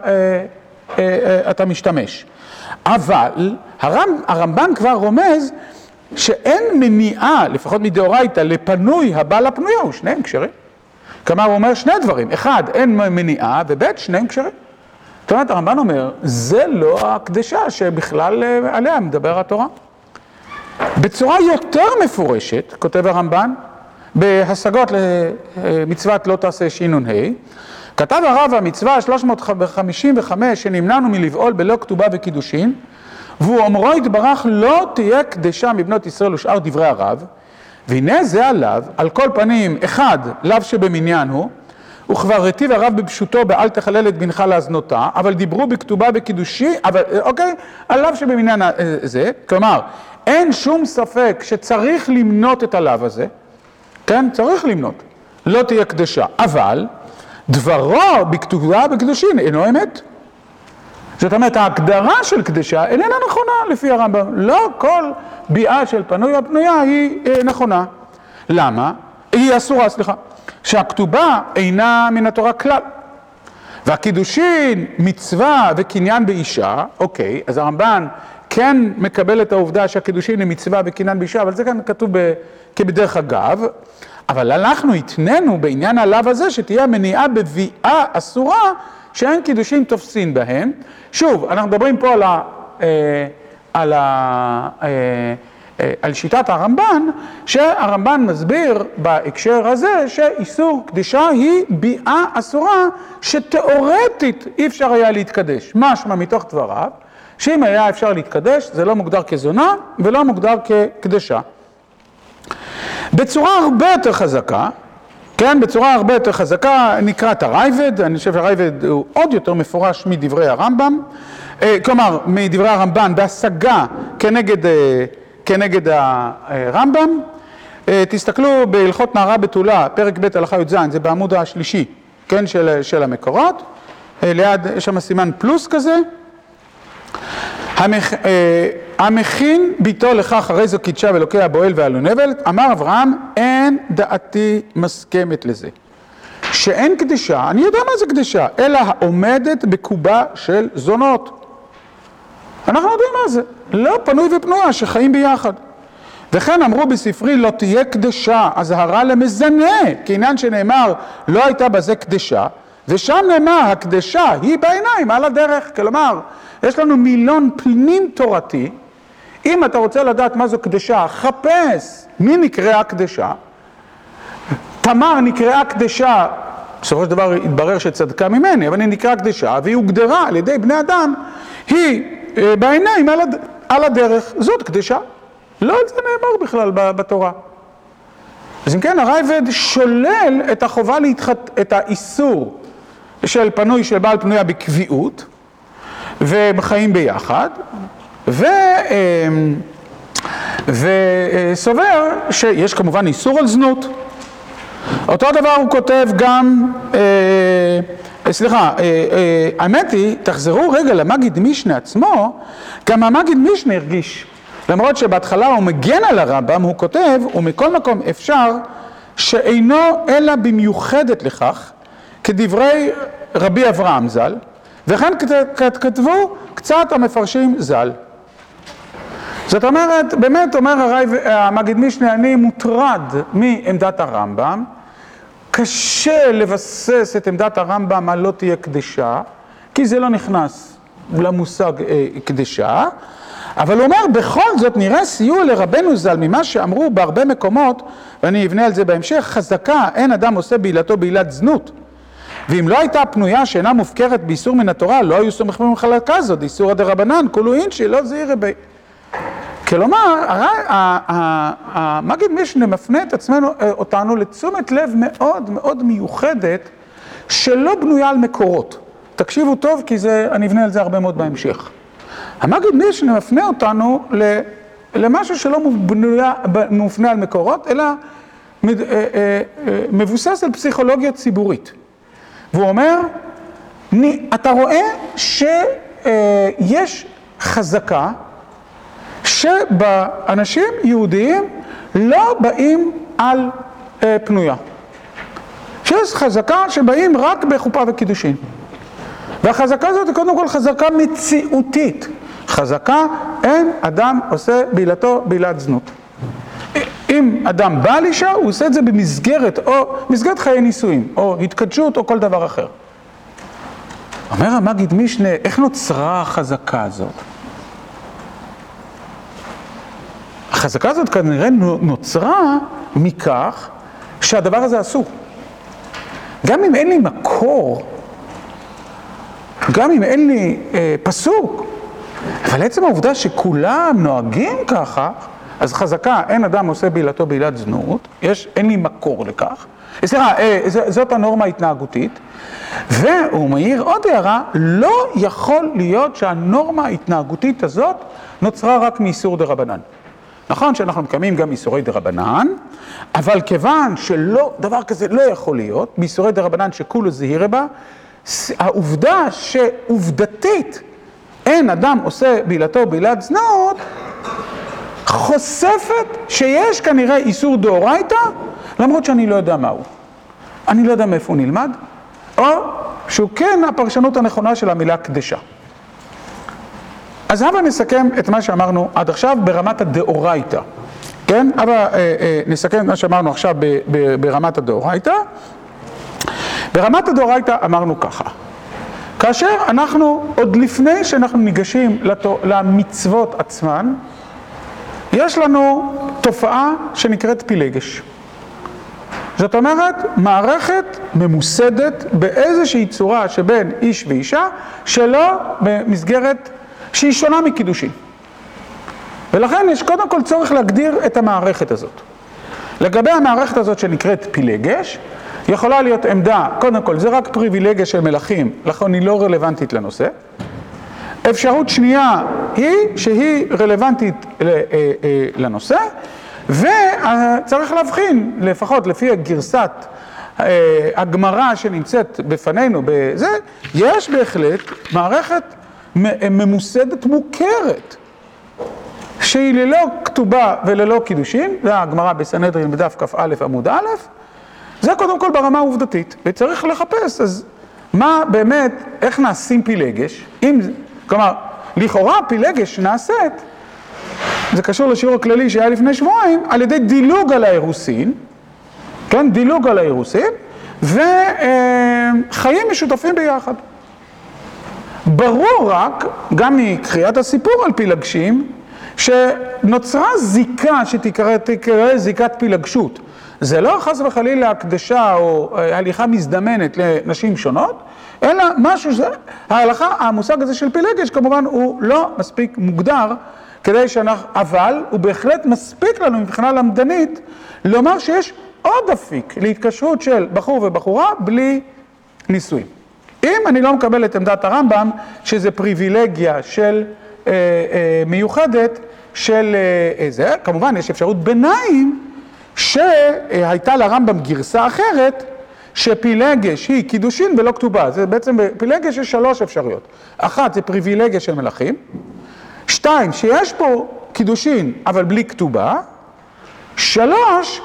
אתה משתמש. אבל הרמב"ן כבר רומז שאין מניעה, לפחות מדאורייתא, לפנוי הבעל הפנויה, ושניהם כשרים. כלומר, הוא אומר שני דברים. אחד, אין מניעה, וב' שניהם כשרים. זאת אומרת, הרמב"ן אומר, זה לא הקדשה שבכלל עליה מדבר התורה. בצורה יותר מפורשת, כותב הרמב"ן, בהשגות למצוות לא תעשה שינון ה', כתב הרב המצווה 355 שנמנענו מלבעול בלא כתובה וקידושין, והוא אומרו יתברך לא תהיה קדשה מבנות ישראל ושאר דברי הרב, והנה זה עליו, על כל פנים, אחד, לאו שבמניין הוא, וכבר היטיב הרב בפשוטו באל תחלל את בנך להזנותה, אבל דיברו בכתובה וקידושי, אבל אוקיי, על לאו שבמניין זה, כלומר, אין שום ספק שצריך למנות את הלאו הזה, כן, צריך למנות, לא תהיה קדשה, אבל דברו בכתובה וקידושין אינו אמת. זאת אומרת, ההגדרה של קדשה איננה נכונה לפי הרמב"ם. לא כל ביאה של פנוי או פנויה היא נכונה. למה? היא אסורה, סליחה. שהכתובה אינה מן התורה כלל. והקידושין, מצווה וקניין באישה, אוקיי, אז הרמב"ן כן מקבל את העובדה שהקידושין היא מצווה וקניין באישה, אבל זה כאן כתוב כבדרך אגב. אבל אנחנו התננו בעניין הלאו הזה שתהיה מניעה בביאה אסורה, שאין קידושין תופסין בהם. שוב, אנחנו מדברים פה על שיטת הרמב"ן, שהרמב"ן מסביר בהקשר הזה שאיסור קדשה היא ביאה אסורה שתיאורטית אי אפשר היה להתקדש. משמע מתוך דבריו, שאם היה אפשר להתקדש זה לא מוגדר כזונה ולא מוגדר כקדשה. בצורה הרבה יותר חזקה, כן, בצורה הרבה יותר חזקה נקראת הרייבד, אני חושב שהרייבד הוא עוד יותר מפורש מדברי הרמב"ם, כלומר מדברי הרמב"ן בהשגה כנגד הרמב"ם. תסתכלו בהלכות נערה בתולה, פרק ב' הלכה י"ז, זה בעמוד השלישי, כן, של המקורות, ליד יש שם סימן פלוס כזה. המכין ביתו לכך הרי זו קידשה ולוקח בועל ועלו נבלת, אמר אברהם אין דעתי מסכמת לזה. שאין קדשה, אני יודע מה זה קדשה, אלא העומדת בקובה של זונות. אנחנו יודעים מה זה, לא פנוי ופנויה שחיים ביחד. וכן אמרו בספרי לא תהיה קדשה, הזהרה למזנה, כעניין שנאמר לא הייתה בזה קדשה, ושם נאמר הקדשה היא בעיניים על הדרך, כלומר יש לנו מילון פנים תורתי, אם אתה רוצה לדעת מה זו קדשה, חפש מי נקראה קדשה. תמר נקראה קדשה, בסופו של דבר התברר שצדקה ממני, אבל היא נקראה קדשה, והיא הוגדרה על ידי בני אדם, היא בעיניים על הדרך, זאת קדשה. לא על זה נאמר בכלל בתורה. אז אם כן, הרייבד שולל את החובה את האיסור של פנוי של בעל פנויה בקביעות, וחיים ביחד, וסובר שיש כמובן איסור על זנות. אותו דבר הוא כותב גם, האמת היא, תחזרו רגע למגיד משנה עצמו, גם המגיד משנה הרגיש, למרות שבהתחלה הוא מגן על הרמב"ם, הוא כותב, ומכל מקום אפשר שאינו אלא במיוחדת לכך, כדברי רבי אברהם ז"ל, וכן כתבו קצת המפרשים ז"ל. זאת אומרת, באמת אומר המגיד משנה, אני מוטרד מעמדת הרמב"ם, קשה לבסס את עמדת הרמב"ם על לא תהיה קדשה, כי זה לא נכנס למושג קדשה, אבל הוא אומר, בכל זאת נראה סיוע לרבנו ז"ל ממה שאמרו בהרבה מקומות, ואני אבנה על זה בהמשך, חזקה, אין אדם עושה בעילתו בעילת זנות. ואם לא הייתה פנויה שאינה מופקרת באיסור מן התורה, לא היו סומכים מחלקה זאת, איסור דרבנן, כולו אינשי, לא זהירי בי. כלומר, המגיד משנה מפנה את אותנו לתשומת לב מאוד מאוד מיוחדת, שלא בנויה על מקורות. תקשיבו טוב, כי אני אבנה על זה הרבה מאוד בהמשך. המגיד משנה מפנה אותנו למשהו שלא מופנה על מקורות, אלא מבוסס על פסיכולוגיה ציבורית. והוא אומר, אתה רואה שיש חזקה שבאנשים יהודיים לא באים על פנויה. שיש חזקה שבאים רק בחופה וקידושין. והחזקה הזאת היא קודם כל חזקה מציאותית. חזקה, אין אדם עושה בעילתו בעילת זנות. אם אדם בא לאישה, הוא עושה את זה במסגרת, או מסגרת חיי נישואים, או התקדשות, או כל דבר אחר. אומר המגיד משנה, איך נוצרה החזקה הזאת? החזקה הזאת כנראה נוצרה מכך שהדבר הזה אסור. גם אם אין לי מקור, גם אם אין לי פסוק, אבל עצם העובדה שכולם נוהגים ככה, אז חזקה, אין אדם עושה בעילתו בעילת זנות, אין לי מקור לכך. סליחה, זאת הנורמה ההתנהגותית. והוא מעיר עוד הערה, לא יכול להיות שהנורמה ההתנהגותית הזאת נוצרה רק מאיסור דרבנן. נכון שאנחנו מקיימים גם איסורי דרבנן, אבל כיוון שלא, דבר כזה לא יכול להיות, באיסורי דרבנן שכולו זהירי בה, העובדה שעובדתית אין אדם עושה בעילתו בעילת זנות, חושפת שיש כנראה איסור דאורייתא, למרות שאני לא יודע מהו. אני לא יודע מאיפה הוא נלמד, או שהוא כן הפרשנות הנכונה של המילה קדשה. אז הבה נסכם את מה שאמרנו עד עכשיו ברמת הדאורייתא. כן? הבה נסכם את מה שאמרנו עכשיו ברמת הדאורייתא. ברמת הדאורייתא אמרנו ככה. כאשר אנחנו, עוד לפני שאנחנו ניגשים למצוות עצמן, יש לנו תופעה שנקראת פילגש. זאת אומרת, מערכת ממוסדת באיזושהי צורה שבין איש ואישה, שלא במסגרת שהיא שונה מקידושין. ולכן יש קודם כל צורך להגדיר את המערכת הזאת. לגבי המערכת הזאת שנקראת פילגש, יכולה להיות עמדה, קודם כל, זה רק פריבילגיה של מלכים, לכן היא לא רלוונטית לנושא. אפשרות שנייה היא שהיא רלוונטית לנושא, וצריך להבחין, לפחות לפי הגרסת הגמרא שנמצאת בפנינו בזה, יש בהחלט מערכת ממוסדת מוכרת, שהיא ללא כתובה וללא קידושין, זה הגמרא בסנהדרין בדף כ"א עמוד א', זה קודם כל ברמה העובדתית, וצריך לחפש, אז מה באמת, איך נעשים פילגש? כלומר, לכאורה פילגש נעשית, זה קשור לשיעור הכללי שהיה לפני שבועיים, על ידי דילוג על האירוסין, כן, דילוג על האירוסין, וחיים משותפים ביחד. ברור רק, גם מקריאת הסיפור על פילגשים, שנוצרה זיקה שתקרא זיקת פילגשות. זה לא חס וחלילה הקדשה או הליכה מזדמנת לנשים שונות, אלא משהו ההלכה, המושג הזה של פילגש, כמובן הוא לא מספיק מוגדר, כדי אבל הוא בהחלט מספיק לנו מבחינה למדנית, לומר שיש עוד אפיק להתקשרות של בחור ובחורה בלי נישואים. אם אני לא מקבל את עמדת הרמב"ם, שזה פריבילגיה של מיוחדת של זה, כמובן יש אפשרות ביניים, שהייתה לרמב"ם גרסה אחרת, שפילגש היא קידושין ולא כתובה. זה בעצם בפילגש יש 3 אפשרויות. אחת זה פריבילגיה של מלכים, 2 שיש פה קידושין אבל בלי כתובה, 3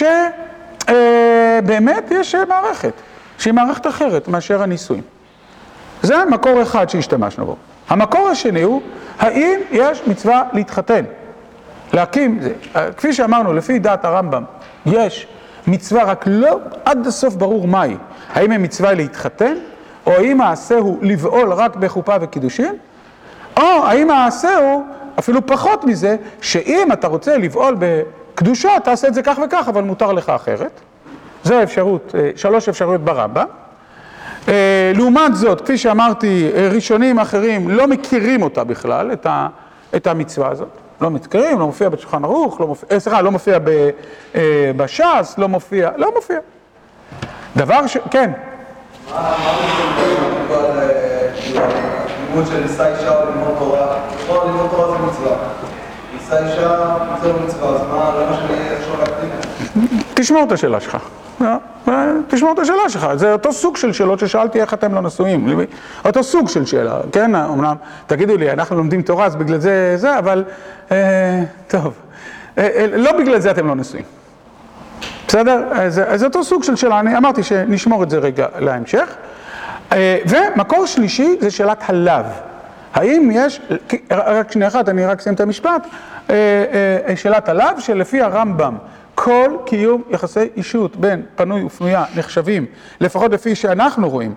שבאמת יש מערכת, שהיא מערכת אחרת מאשר הנישואים. זה מקור אחד שהשתמשנו בו. המקור השני הוא, האם יש מצווה להתחתן? להקים, כפי שאמרנו, לפי דעת הרמב"ם, יש מצווה רק לא עד הסוף ברור מהי. האם היא מצווה להתחתן, או האם העשה הוא לבעול רק בחופה וקידושין, או האם העשה הוא אפילו פחות מזה, שאם אתה רוצה לבעול בקדושה, תעשה את זה כך וכך, אבל מותר לך אחרת. זו האפשרות, 3 אפשרויות ברמב"ם. לעומת זאת, כפי שאמרתי, ראשונים אחרים לא מכירים אותה בכלל, את המצווה הזאת. לא מכירים, לא מופיע בשולחן ערוך, לא מופיע בש"ס, לא מופיע. דבר כן. מה כל לימוד של נישא אישה או לימוד תורה? נכון, לימוד תורה זה מצווה. נישא אישה זה לא מצווה, אז למה שאני אפשר להקדים? תשמור את השאלה שלך. תשמור את השאלה שלך. זה אותו סוג של שאלות ששאלתי איך אתם לא נשואים. אותו סוג של שאלה, כן? אמנם, תגידו לי, אנחנו לומדים תורה, אז בגלל זה, אבל טוב. לא בגלל זה אתם לא נשואים. בסדר? אז אותו סוג של שאלה, אני אמרתי שנשמור את זה רגע להמשך. ומקור שלישי זה שאלת הלאו. האם יש, רק שנייה אחת, אני רק אסיים את המשפט, שאלת הלאו שלפי הרמב"ם, כל קיום יחסי אישות בין פנוי ופנויה נחשבים, לפחות לפי שאנחנו רואים,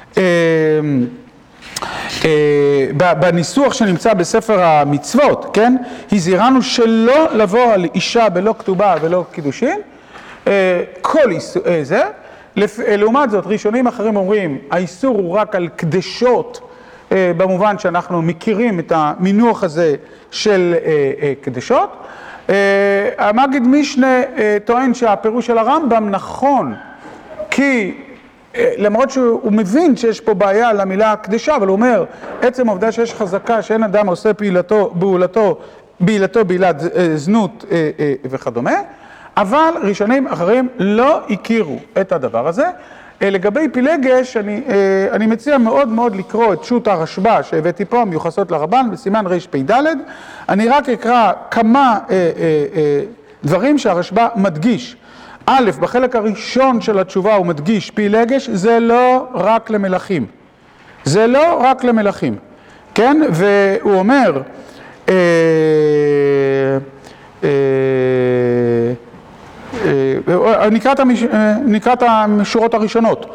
בניסוח שנמצא בספר המצוות, כן? הזהירנו שלא לבוא על אישה בלא כתובה ולא קידושין, כל זה, לעומת זאת ראשונים אחרים אומרים האיסור הוא רק על קדשות, במובן שאנחנו מכירים את המינוח הזה של קדשות. המגיד משנה טוען שהפירוש של הרמב"ם נכון, כי למרות שהוא מבין שיש פה בעיה למילה קדשה, אבל הוא אומר עצם העובדה שיש חזקה שאין אדם עושה בעילתו בעילת זנות וכדומה, אבל ראשונים אחרים לא הכירו את הדבר הזה. לגבי פילגש, אני מציע מאוד מאוד לקרוא את שו"ת הרשב"א שהבאתי פה, מיוחסות לרבן, בסימן רפ"ד. אני רק אקרא כמה דברים שהרשב"א מדגיש. א', בחלק הראשון של התשובה הוא מדגיש, פילגש זה לא רק למלכים. זה לא רק למלכים. כן? והוא אומר, נקרא את המשורות הראשונות.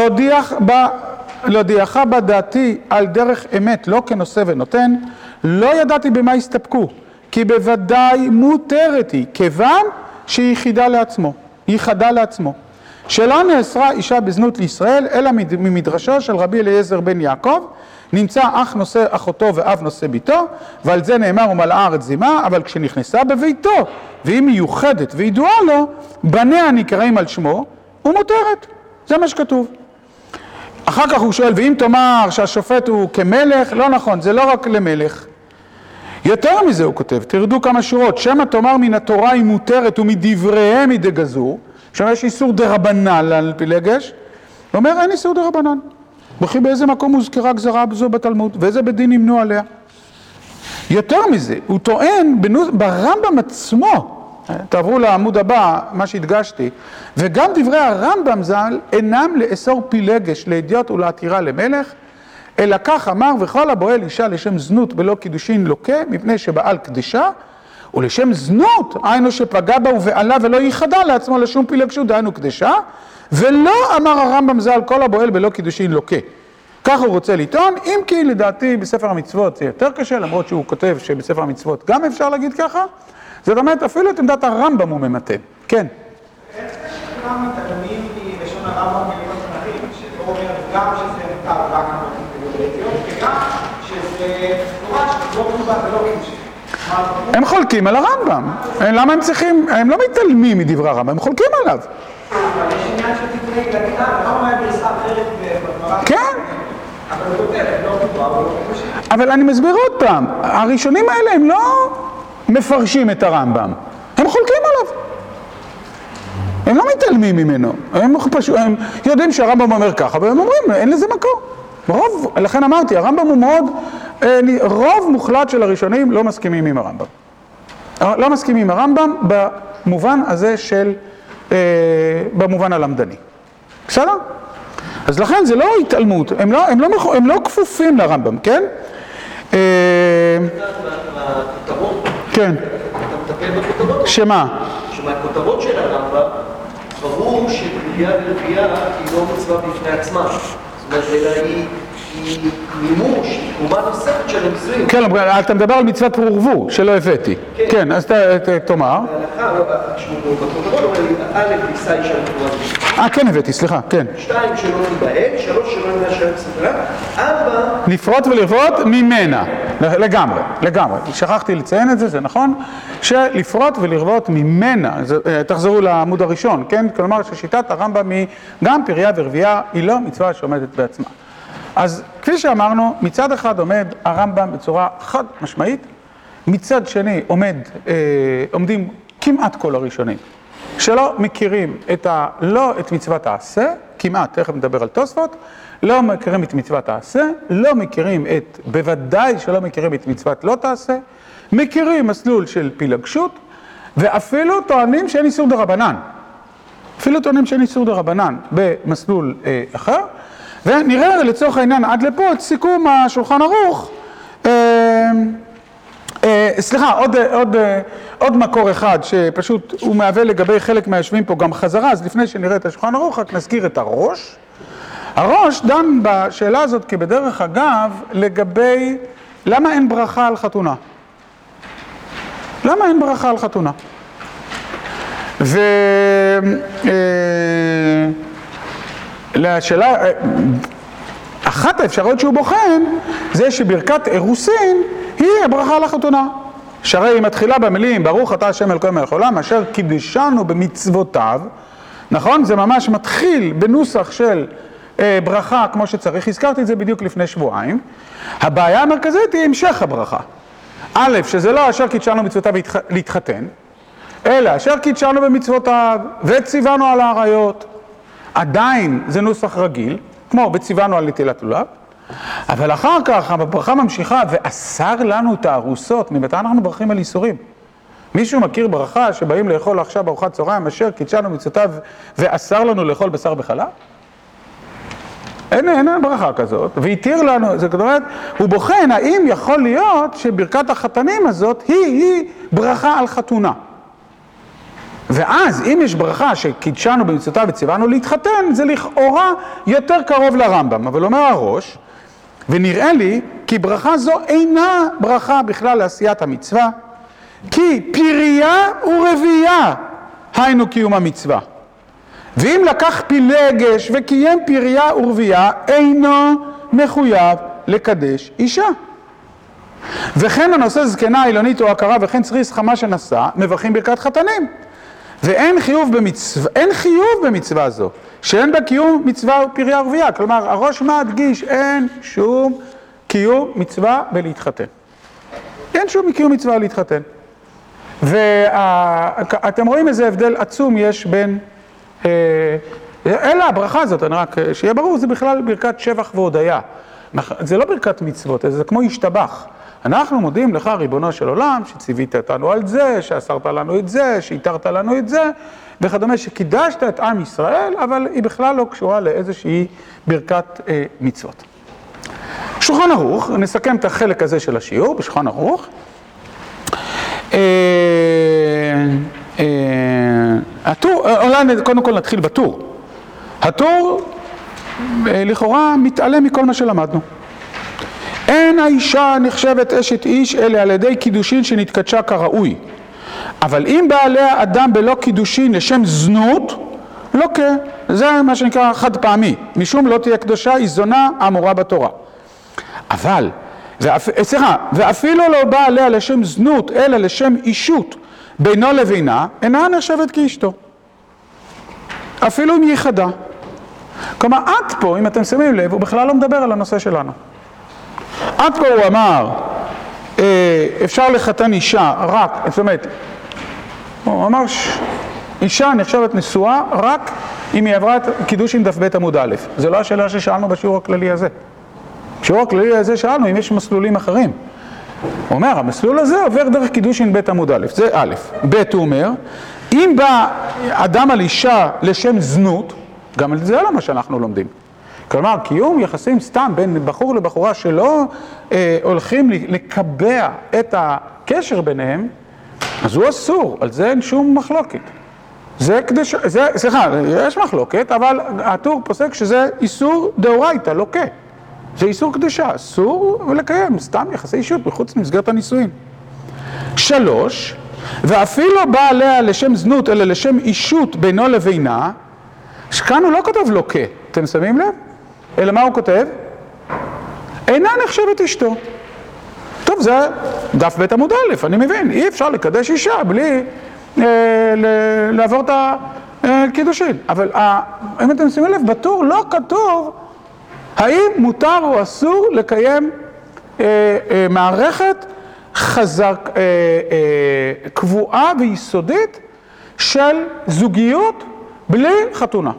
להודיעך בדעתי על דרך אמת, לא כנושא ונותן, לא ידעתי במה הסתפקו, כי בוודאי מותרת היא, כיוון שהיא ייחדה לעצמו. שלא נאסרה אישה בזנות לישראל, אלא ממדרשו של רבי אליעזר בן יעקב, נמצא אח נושא אחותו ואב נושא ביתו, ועל זה נאמר ומלאה הארץ זימה, אבל כשנכנסה בביתו, והיא מיוחדת וידועה לו, בניה נקראים על שמו, ומותרת. זה מה שכתוב. אחר כך הוא שואל, ואם תאמר שהשופט הוא כמלך, לא נכון, זה לא רק למלך. יותר מזה הוא כותב, תרדו כמה שורות, שמה תאמר מן התורה היא מותרת ומדבריהם היא דגזור, שאומר יש איסור דרבנן על פילגש, הוא אומר אין איסור דרבנן. וכי באיזה מקום הוזכרה גזרה זו בתלמוד, ואיזה בדין נמנו עליה. יותר מזה, הוא טוען ברמב"ם עצמו, תעברו לעמוד הבא, מה שהדגשתי, וגם דברי הרמב"ם ז"ל אינם לאסור פילגש לידיעות ולעתירה למלך, אלא כך אמר, וכל הבועל אישה לשם זנות בלא קידושין לוקה, מפני שבעל קדשה, ולשם זנות, היינו שפגע בה ובעלה ולא ייחדה לעצמו לשום פילגשות, דהיינו קדשה, ולא אמר הרמב"ם ז"ל כל הבועל בלא קידושין לוקה. כך הוא רוצה לטעון, אם כי לדעתי בספר המצוות זה יותר קשה, למרות שהוא כותב שבספר המצוות גם אפשר להגיד ככה, זאת אומרת אפילו את עמדת הרמב"ם הוא ממתן. כן. איך כולם מתעלמים מלשון הרמב"ם מלשון אחרים, שבו אומר גם שזה מותר רק בקונקרטיות, וגם שזה תורה שלא כתובה ולא קידושין. הם חולקים על הרמב"ם. למה הם צריכים, הם לא מתעלמים מדברי הרמב"ם, הם חולקים עליו. אבל יש עניין של תקראי לגינה, הרמב"ם היה גרסה אחרת בגמרא. כן. אבל הוא כותב, לא כתובה ולא קידושין. אבל אני מסביר עוד פעם, הראשונים האלה הם לא מפרשים את הרמב"ם, הם חולקים עליו. הם לא מתעלמים ממנו, הם יודעים שהרמב"ם אומר ככה, והם אומרים, אין לזה מקור. לכן אמרתי, הרמב"ם הוא מאוד, רוב מוחלט של הראשונים לא מסכימים עם הרמב"ם. לא מסכימים עם הרמב"ם במובן הזה של, במובן הלמדני. בסדר? אז לכן זה לא התעלמות, הם לא כפופים לרמב"ם, כן? בכותרות. כן. אתה מטפל בכותרות? שמה? שמהכותרות של הרמב"ם, ברור שפרייה ורבייה היא לא מצווה בפני עצמה. זאת אומרת, אלא היא מימוש, היא תרומה נוספת של הנישואים. כן, אתה מדבר על מצוות פרו ורבו, שלא הבאתי. כן, אז תאמר. ההלכה, בפרוטוקול אומר לי, א', נישא אישה לפרו. כן הבאתי, סליחה, כן. 2, שלא תיבהל, 3, שלא נשאר סדרה, 4, לפרוט ולרבות ממנה, לגמרי, שכחתי לציין את זה, זה נכון, שלפרוט ולרבות ממנה, תחזרו לעמוד הראשון, כן? כלומר ששיטת הרמב"ם היא גם פריה ורבייה, היא לא מצווה שעומדת בעצמה. אז כפי שאמרנו, מצד אחד עומד הרמב"ם בצורה חד משמעית, מצד שני עומדים כמעט כל הראשונים, שלא מכירים לא את מצוות העשה, כמעט, תכף נדבר על תוספות, לא מכירים את מצוות העשה, לא מכירים בוודאי שלא מכירים את מצוות לא תעשה, מכירים מסלול של פילגשות, ואפילו טוענים שאין איסור דרבנן. אפילו טוענים שאין איסור דרבנן במסלול אחר, ונראה לצורך העניין עד לפה את סיכום השולחן ערוך, סליחה, עוד מקור אחד שפשוט הוא מהווה לגבי חלק מהיושבים פה גם חזרה, אז לפני שנראה את השולחן ערוך רק נזכיר את הראש. הראש דן בשאלה הזאת כבדרך אגב לגבי למה אין ברכה על חתונה. למה אין ברכה על חתונה? לשאלה, אחת האפשרויות שהוא בוחן זה שברכת אירוסין היא הברכה על החתונה. שהרי היא מתחילה במילים ברוך אתה השם אלוהינו מלך העולם אשר קידשנו במצוותיו, נכון? זה ממש מתחיל בנוסח של ברכה כמו שצריך, הזכרתי את זה בדיוק לפני שבועיים. הבעיה המרכזית היא המשך הברכה. א', שזה לא אשר קידשנו במצוותיו להתחתן, אלא אשר קידשנו במצוותיו וציוונו על העריות. עדיין זה נוסח רגיל, כמו וציוונו על נטילת לולב, אבל אחר כך הברכה ממשיכה ואסר לנו את הארוסות. ממתי אנחנו מברכים על איסורים? מישהו מכיר ברכה שבאים לאכול עכשיו ארוחת צהריים אשר קידשנו במצוותיו ואסר לנו לאכול בשר בחלב? אין ברכה כזאת, והתיר לנו, זאת אומרת, הוא בוחן האם יכול להיות שברכת החתנים הזאת היא ברכה על חתונה. ואז אם יש ברכה שקידשנו במצוותיו וציוונו להתחתן, זה לכאורה יותר קרוב לרמב"ם, אבל אומר הראש, ונראה לי כי ברכה זו אינה ברכה בכלל לעשיית המצווה, כי פריה ורבייה היינו קיום המצווה. ואם לקח פילגש וקיים פריה ורבייה, אינו מחויב לקדש אישה. וכן הנושא זקנה אילונית או הכרה וכן צריס חמה שנשא, מברכים ברכת חתנים. ואין חיוב במצווה זו, שאין בה קיום מצווה פריה ורבייה. כלומר, הראש מדגיש, אין שום קיום מצווה בלהתחתן. אין שום קיום מצווה להתחתן. ואתם רואים איזה הבדל עצום יש בין, אלא הברכה הזאת, אני רק שיהיה ברור, זה בכלל ברכת שבח והודיה. זה לא ברכת מצוות, זה כמו השתבח. אנחנו מודים לך ריבונו של עולם שציווית אותנו על זה, שאסרת לנו את זה, שהתרת לנו את זה וכדומה, שקידשת את עם ישראל, אבל היא בכלל לא קשורה לאיזושהי ברכת מצוות. שולחן ערוך, נסכם את החלק הזה של השיעור בשולחן ערוך. אולי קודם כל נתחיל בטור. הטור לכאורה מתעלם מכל מה שלמדנו. אין האישה נחשבת אשת איש אלא על ידי קידושין שנתקדשה כראוי. אבל אם בעליה אדם בלא קידושין לשם זנות, לא זה מה שנקרא חד פעמי. משום לא תהיה קדושה, היא זונה האמורה בתורה. אבל, ואפילו לא בא עליה לשם זנות אלא לשם אישות בינו לבינה, אינה נחשבת כאשתו. אפילו אם היא חדה. כלומר, עד פה, אם אתם שמים לב, הוא בכלל לא מדבר על הנושא שלנו. עד פה הוא אמר, אפשר לחתן אישה רק, זאת אומרת, הוא אמר אישה נחשבת נשואה רק אם היא עברה את קידושין דף ב' עמוד א'. זה לא השאלה ששאלנו בשיעור הכללי הזה. בשיעור הכללי הזה שאלנו אם יש מסלולים אחרים. הוא אומר, המסלול הזה עובר דרך קידושין ב' עמוד א', זה א'. ב' הוא אומר, אם בא אדם על אישה לשם זנות, גם על זה לא מה שאנחנו לומדים. כלומר, קיום יחסים סתם בין בחור לבחורה שלא הולכים לקבע את הקשר ביניהם, אז הוא אסור, על זה אין שום מחלוקת. זה קדושה, סליחה, יש מחלוקת, אבל הטור פוסק שזה איסור דאורייתא, לוקה. זה איסור קדושה, אסור לקיים סתם יחסי אישות מחוץ למסגרת הנישואין. 3, ואפילו בא עליה לשם זנות, אלא לשם אישות בינו לבינה, שכאן הוא לא כותב לוקה, אתם שמים לב? אלא מה הוא כותב? אינה נחשבת אשתו. טוב, זה דף בית עמוד א', אני מבין, אי אפשר לקדש אישה בלי לעבור את הקידושין. אבל אם אתם שימו לב, בטור לא כתוב האם מותר או אסור לקיים מערכת חזק, קבועה ויסודית של זוגיות בלי חתונה.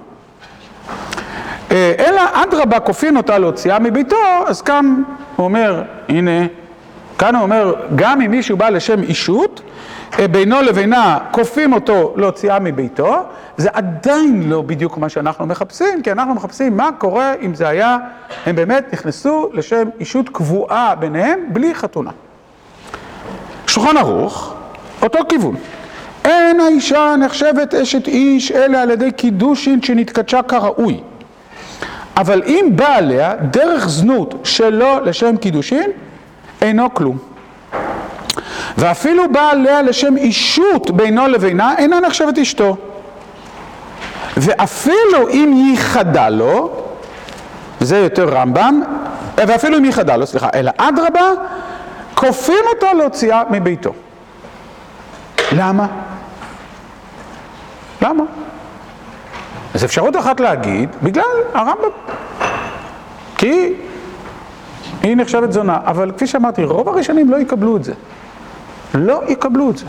אלא אדרבה כופין אותה להוציאה מביתו, אז כאן הוא אומר, הנה, כאן הוא אומר, גם אם מישהו בא לשם אישות, בינו לבינה כופים אותו להוציאה מביתו, זה עדיין לא בדיוק מה שאנחנו מחפשים, כי אנחנו מחפשים מה קורה אם זה היה, הם באמת נכנסו לשם אישות קבועה ביניהם בלי חתונה. שולחן ערוך, אותו כיוון. אין האישה נחשבת אשת איש, אלא על ידי קידושין שנתקדשה כראוי. אבל אם בא עליה דרך זנות שלא לשם קידושין, אינו כלום. ואפילו בא עליה לשם אישות בינו לבינה, אינה נחשבת אשתו. ואפילו אם ייחדה לו, זה יותר רמב"ם, ואפילו אם ייחדה לו, סליחה, אלא אדרבה, כופים אותו להוציאה מביתו. למה? למה? אז אפשרות אחת להגיד, בגלל הרמב"ם. כי היא נחשבת זונה, אבל כפי שאמרתי, רוב הראשונים לא יקבלו את זה. לא יקבלו את זה.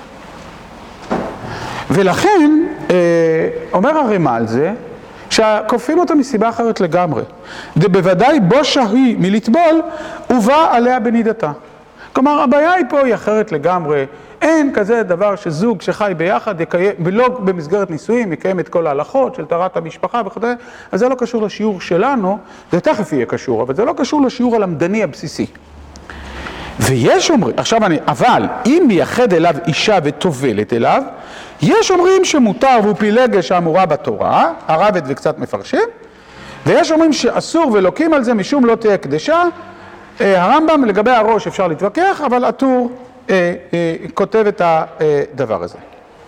ולכן, אומר הרמ"א על זה, שכופים אותו מסיבה אחרת לגמרי. בוודאי בושה היא מלטבול, ובא עליה בנידתה. כלומר, הבעיה היא פה היא אחרת לגמרי. אין כזה דבר שזוג שחי ביחד, ולא במסגרת נישואים, יקיים את כל ההלכות של טהרת המשפחה וכו'. אז זה לא קשור לשיעור שלנו, זה תכף יהיה קשור, אבל זה לא קשור לשיעור הלמדני הבסיסי. ויש אומרים, אבל אם מייחד אליו אישה וטובלת אליו, יש אומרים שמותר והוא פילגש האמורה בתורה, הרב"ד וקצת מפרשים, ויש אומרים שאסור ולוקים על זה משום לא תהיה קדשה. הרמב"ם לגבי הראש אפשר להתווכח, אבל הטור כותב את הדבר הזה.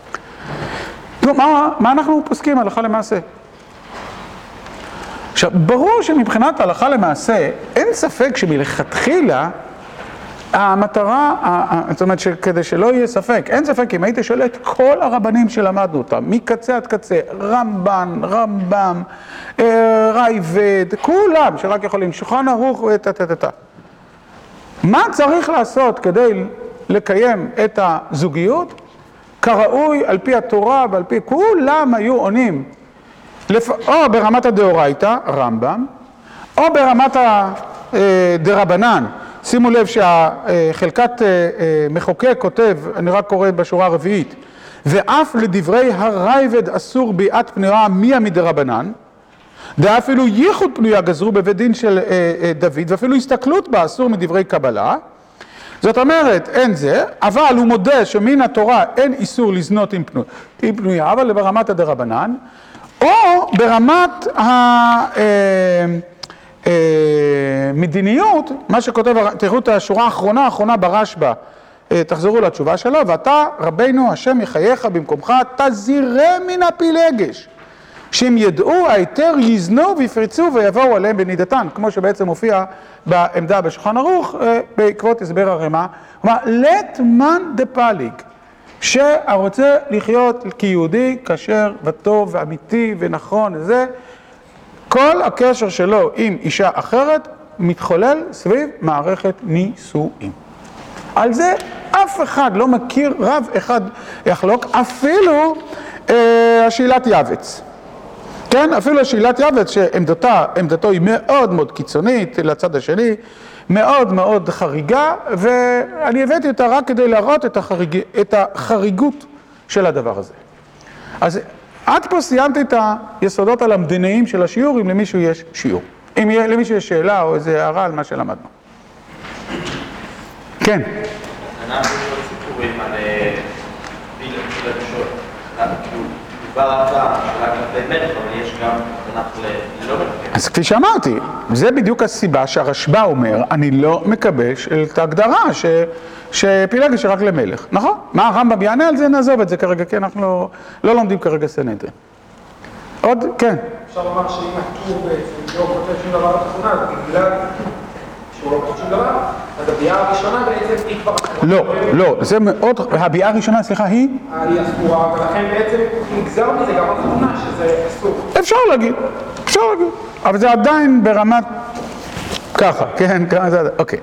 מה אנחנו פוסקים הלכה למעשה? עכשיו, ברור שמבחינת הלכה למעשה, אין ספק שמלכתחילה המטרה, זאת אומרת שכדי שלא יהיה ספק, אין ספק אם היית שואל את כל הרבנים שלמדנו אותם, מקצה עד קצה, רמב"ן, רמב"ם, רייבד, כולם שרק יכולים, שולחן ערוך ותתתתת. מה צריך לעשות כדי לקיים את הזוגיות? כראוי על פי התורה ועל פי כולם היו עונים, או ברמת הדאורייתא, רמב"ם, או ברמת הדרבנן. שימו לב שהחלקת מחוקק כותב, אני רק קורא בשורה הרביעית, ואף לדברי הרייבד אסור ביאת פנויה מיה מדרבנן, ואפילו ייחוד פנויה גזרו בבית דין של דוד, ואפילו הסתכלות בה אסור מדברי קבלה. זאת אומרת, אין זה, אבל הוא מודה שמן התורה אין איסור לזנות עם פנויה, אבל ברמת הדרבנן, או ברמת מדיניות, מה שכותב, תראו את השורה האחרונה ברשב"א, תחזרו לתשובה שלו, ואתה רבינו השם יחייך במקומך, תזירה מן הפילגש, שהם ידעו היתר יזנו ויפרצו ויבואו עליהם בנידתן, כמו שבעצם מופיע בעמדה בשולחן ערוך בעקבות הסבר הרמ"א. כלומר, let man depaliג, שהרוצה לחיות כיהודי כשר וטוב ואמיתי ונכון, זה כל הקשר שלו עם אישה אחרת מתחולל סביב מערכת נישואים. על זה אף אחד לא מכיר, רב אחד יחלוק, אפילו השאלת יבץ. כן, אפילו השאלת יבץ שעמדתו היא מאוד מאוד קיצונית לצד השני, מאוד מאוד חריגה, ואני הבאתי אותה רק כדי להראות את החריגות של הדבר הזה. אז עד פה סיימתי את היסודות הלמדניים של השיעור, אם למישהו יש שיעור. אם למישהו יש שאלה או איזו הערה על מה שלמדנו. כן. אנחנו לא סיפורים על בילה לשאול, כאילו, התשובה רק כלפי מלך, אבל יש גם תנ"ך ללא מלך. אז כפי שאמרתי, זה בדיוק הסיבה שהרשב"א אומר, אני לא מקבל את ההגדרה שפילגש היא רק למלך, נכון? מה הרמב"ם יענה על זה? נעזוב את זה כרגע, כי אנחנו לא לומדים כרגע סנהדרין. עוד? כן. אפשר לומר שאם הטור בעצם לא כותב שום דבר בתכונה, אז בגלל שהוא לא כותב שום דבר, אז הביאה הראשונה בעצם היא כבר... לא, זה מאוד... הביאה הראשונה, סליחה, היא אסורה, ולכן בעצם נגזר מזה גם התכונה שזה אסור. אפשר להגיד, אבל זה עדיין ברמת ככה, כן, אוקיי.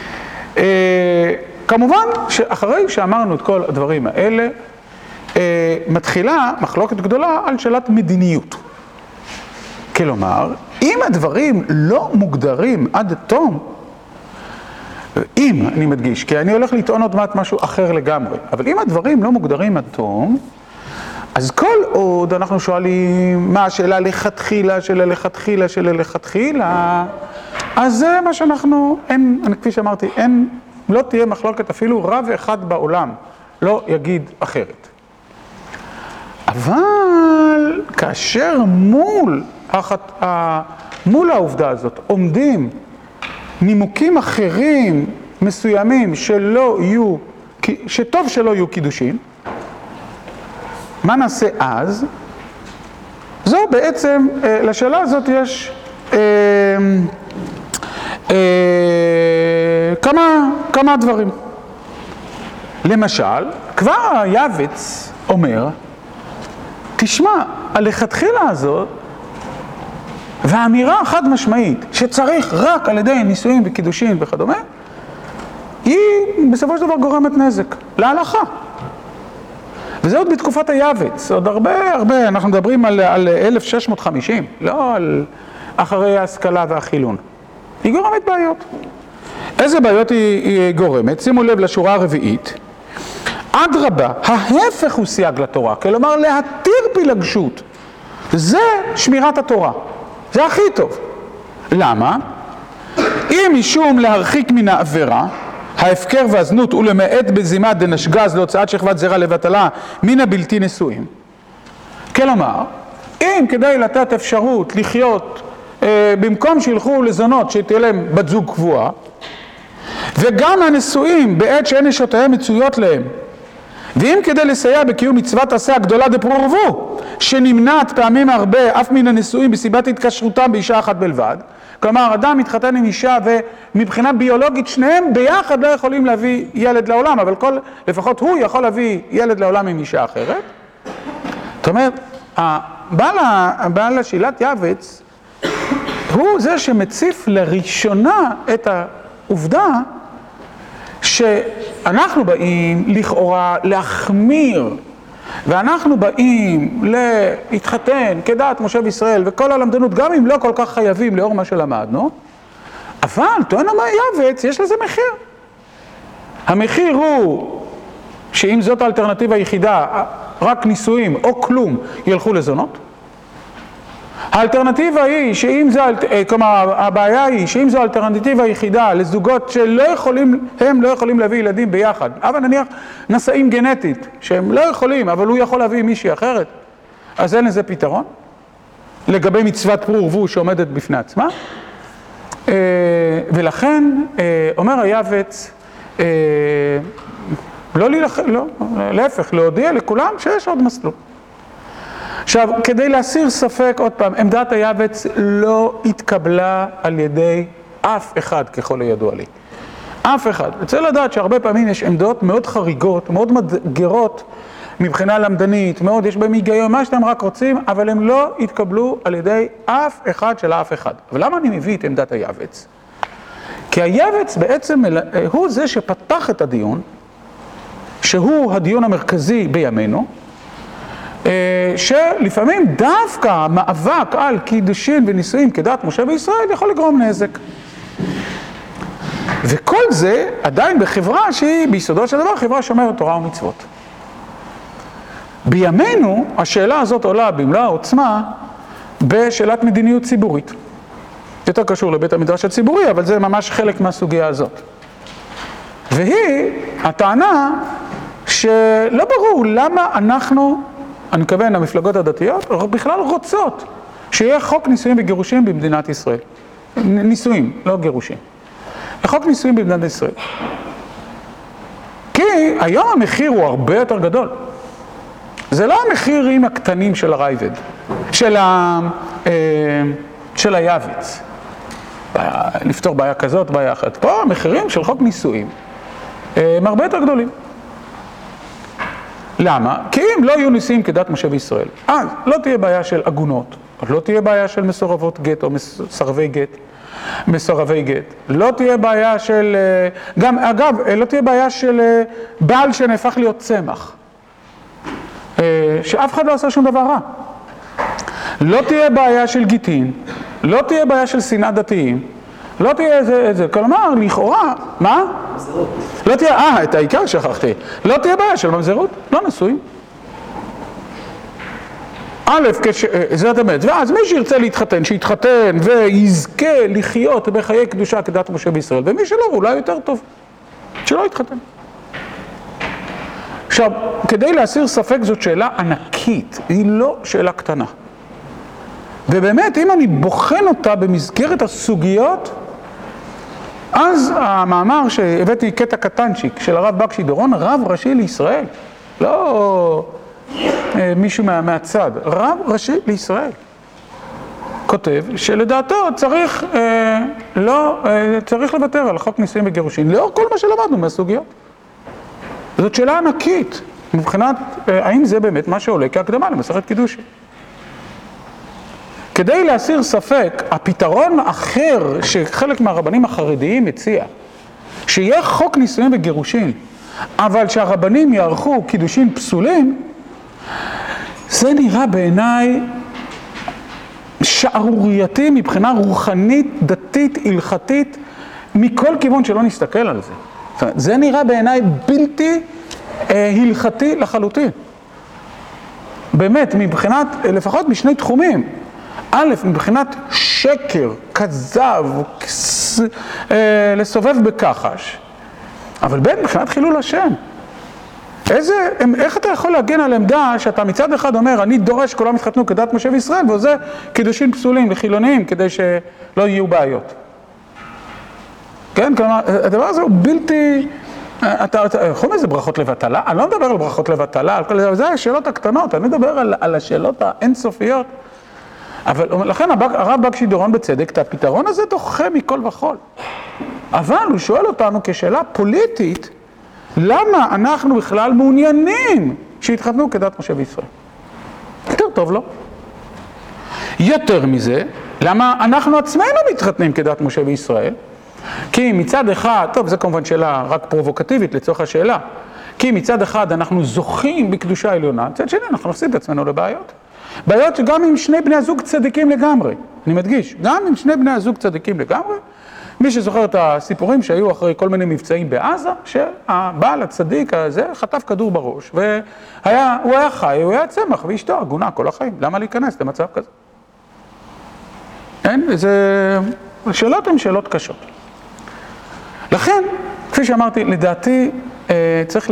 כמובן שאחרי שאמרנו את כל הדברים האלה, מתחילה מחלוקת גדולה על שאלת מדיניות. כלומר, אם הדברים לא מוגדרים עד תום, אם, אני מדגיש, כי אני הולך לטעון עוד מעט משהו אחר לגמרי, אבל אם הדברים לא מוגדרים עד תום, אז כל עוד אנחנו שואלים מה השאלה לכתחילה של הלכתחילה, אז זה מה שאנחנו, כפי שאמרתי, לא תהיה מחלוקת, אפילו רב אחד בעולם לא יגיד אחרת. אבל כאשר מול העובדה הזאת עומדים נימוקים אחרים מסוימים שטוב שלא יהיו קידושים, מה נעשה אז? זו בעצם, לשאלה הזאת יש כמה דברים. למשל, כבר היעבץ אומר, תשמע, הלכתחילה הזאת, והאמירה החד משמעית שצריך רק על ידי נישואים וקידושין וכדומה, היא בסופו של דבר גורמת נזק, להלכה. וזה עוד בתקופת היעבץ, עוד הרבה, אנחנו מדברים על 1650, לא על אחרי ההשכלה והחילון. היא גורמת בעיות. איזה בעיות היא גורמת? שימו לב לשורה הרביעית. אדרבה, ההפך הוא סייג לתורה, כלומר להתיר פילגשות. זה שמירת התורה. זה הכי טוב. למה? אם משום להרחיק מן העבירה, ההפקר והזנות ולמעט בזימת דנשגז להוצאת שכבת זרע לבטלה מן הבלתי נשואים. כלומר, אם כדי לתת אפשרות לחיות במקום שילכו לזונות שתהיה להם בת זוג קבועה, וגם הנשואים בעת שאין נשותיהם מצויות להם, ואם כדי לסייע בקיום מצוות עשה הגדולה דפרורבו, שנמנעת פעמים הרבה אף מן הנשואים בסיבת התקשרותם באישה אחת בלבד, כלומר אדם מתחתן עם אישה ומבחינה ביולוגית שניהם ביחד לא יכולים להביא ילד לעולם, אבל לפחות הוא יכול להביא ילד לעולם עם אישה אחרת. זאת אומרת, בעל השאלת יעבץ הוא זה שמציף לראשונה את העובדה שאנחנו באים לכאורה להחמיר, ואנחנו באים להתחתן כדעת משה וישראל וכל הלמדנות, גם אם לא כל כך חייבים לאור מה שלמדנו, אבל טוען היעבץ יש לזה מחיר. המחיר הוא שאם זאת האלטרנטיבה היחידה, רק נישואים או כלום ילכו לזונות. האלטרנטיבה היא שאם זו, כלומר הבעיה היא שאם זו האלטרנטיבה היחידה לזוגות הם לא יכולים להביא ילדים ביחד, אבל נניח נשאים גנטית שהם לא יכולים, אבל הוא יכול להביא מישהי אחרת, אז אין לזה פתרון לגבי מצוות פרו ורבו שעומדת בפני עצמה. ולכן אומר היעבץ להפך, להודיע לכולם שיש עוד מסלול. עכשיו, כדי להסיר ספק, עוד פעם, עמדת היעבץ לא התקבלה על ידי אף אחד ככל הידוע לי. אף אחד. רוצה לדעת שהרבה פעמים יש עמדות מאוד חריגות, מאוד מאתגרות מבחינה למדנית, מאוד, יש בהם היגיון, מה שאתם רק רוצים, אבל הם לא התקבלו על ידי אף אחד של אף אחד. אבל למה אני מביא את עמדת היעבץ? כי היעבץ בעצם הוא זה שפתח את הדיון, שהוא הדיון המרכזי בימינו, שלפעמים דווקא המאבק על קידושין ונישואים כדת משה וישראל יכול לגרום נזק. וכל זה עדיין בחברה שהיא ביסודו של דבר חברה שומרת תורה ומצוות. בימינו השאלה הזאת עולה במלוא העוצמה בשאלת מדיניות ציבורית. יותר קשור לבית המדרש הציבורי, אבל זה ממש חלק מהסוגיה הזאת. והיא הטענה שלא ברור למה אנחנו אני מכוון המפלגות הדתיות, בכלל רוצות שיהיה חוק נישואים וגירושים במדינת ישראל. נישואים, לא גירושים. חוק נישואים במדינת ישראל. כי היום המחיר הוא הרבה יותר גדול. זה לא המחירים הקטנים של הרייבד, של היוויץ. לפתור בעיה כזאת, בעיה אחת. פה המחירים של חוק נישואים הם הרבה יותר גדולים. למה? כי אם לא יהיו נישואים כדת משה וישראל, אז לא תהיה בעיה של עגונות, לא תהיה בעיה של מסורבות גט או מסורבי גט, לא תהיה בעיה של, גם אגב, לא תהיה בעיה של בעל שנהפך להיות צמח, שאף אחד לא עשה שום דבר רע. לא תהיה בעיה של גיטין, לא תהיה בעיה של שנאת דתיים, לא תהיה איזה, כלומר, לכאורה, מה? ממזרות. לא תהיה, את העיקר שכחתי, לא תהיה בעיה של ממזרות, לא נשואים. א', זאת אומרת, ואז מי שירצה להתחתן, שיתחתן ויזכה לחיות בחיי קדושה כדת משה בישראל, ומי שלא, אולי יותר טוב, שלא יתחתן. עכשיו, כדי להסיר ספק זאת שאלה ענקית, היא לא שאלה קטנה. ובאמת, אם אני בוחן אותה במסגרת הסוגיות, אז המאמר שהבאתי קטע קטנצ'יק של הרב בקשי דורון, רב ראשי לישראל, לא מישהו מהצד, רב ראשי לישראל, כותב שלדעתו צריך לוותר על חוק נישואים וגירושין, לאור כל מה שלמדנו מהסוגיות. זאת שאלה ענקית, מבחינת האם זה באמת מה שעולה כהקדמה למסכת קידושין. כדי להסיר ספק, הפתרון האחר שחלק מהרבנים החרדיים הציע, שיהיה חוק נישואים וגירושין, אבל שהרבנים יערכו קידושין פסולים, זה נראה בעיניי שערורייתי מבחינה רוחנית, דתית, הלכתית, מכל כיוון שלא נסתכל על זה. זה נראה בעיניי בלתי הלכתי לחלוטין. באמת, מבחינת, לפחות משני תחומים. א', מבחינת שקר, כזב, לסובב בכחש, אבל ב', מבחינת חילול השם. איך אתה יכול להגן על עמדה שאתה מצד אחד אומר, אני דורש כולם יתחתנו כדת משה וישראל, וזה קידושין פסולים וחילוניים כדי שלא יהיו בעיות. כן, כלומר, הדבר הזה הוא בלתי... אתה יכול איזה ברכות לבטלה? אני לא מדבר על ברכות לבטלה, זה השאלות הקטנות, אני מדבר על השאלות האינסופיות. אבל לכן הרב בקשי דורון בצדק, את הפתרון הזה דוחה מכל וכל. אבל הוא שואל אותנו כשאלה פוליטית, למה אנחנו בכלל מעוניינים שיתחתנו כדת משה וישראל? יותר טוב לא. יותר מזה, למה אנחנו עצמנו מתחתנים כדת משה וישראל? כי מצד אחד, טוב, זו כמובן שאלה רק פרובוקטיבית לצורך השאלה, כי מצד אחד אנחנו זוכים בקדושה עליונה, מצד שני אנחנו נפסיד את עצמנו לבעיות. בעיות שגם עם שני בני הזוג צדיקים לגמרי, אני מדגיש, גם עם שני בני הזוג צדיקים לגמרי, מי שזוכר את הסיפורים שהיו אחרי כל מיני מבצעים בעזה, שהבעל הצדיק הזה חטף כדור בראש, והוא היה חי, הוא היה צמח, ואשתו עגונה כל החיים. למה להיכנס למצב כזה? אין, שאלות הן שאלות קשות. לכן, כפי שאמרתי, לדעתי צריך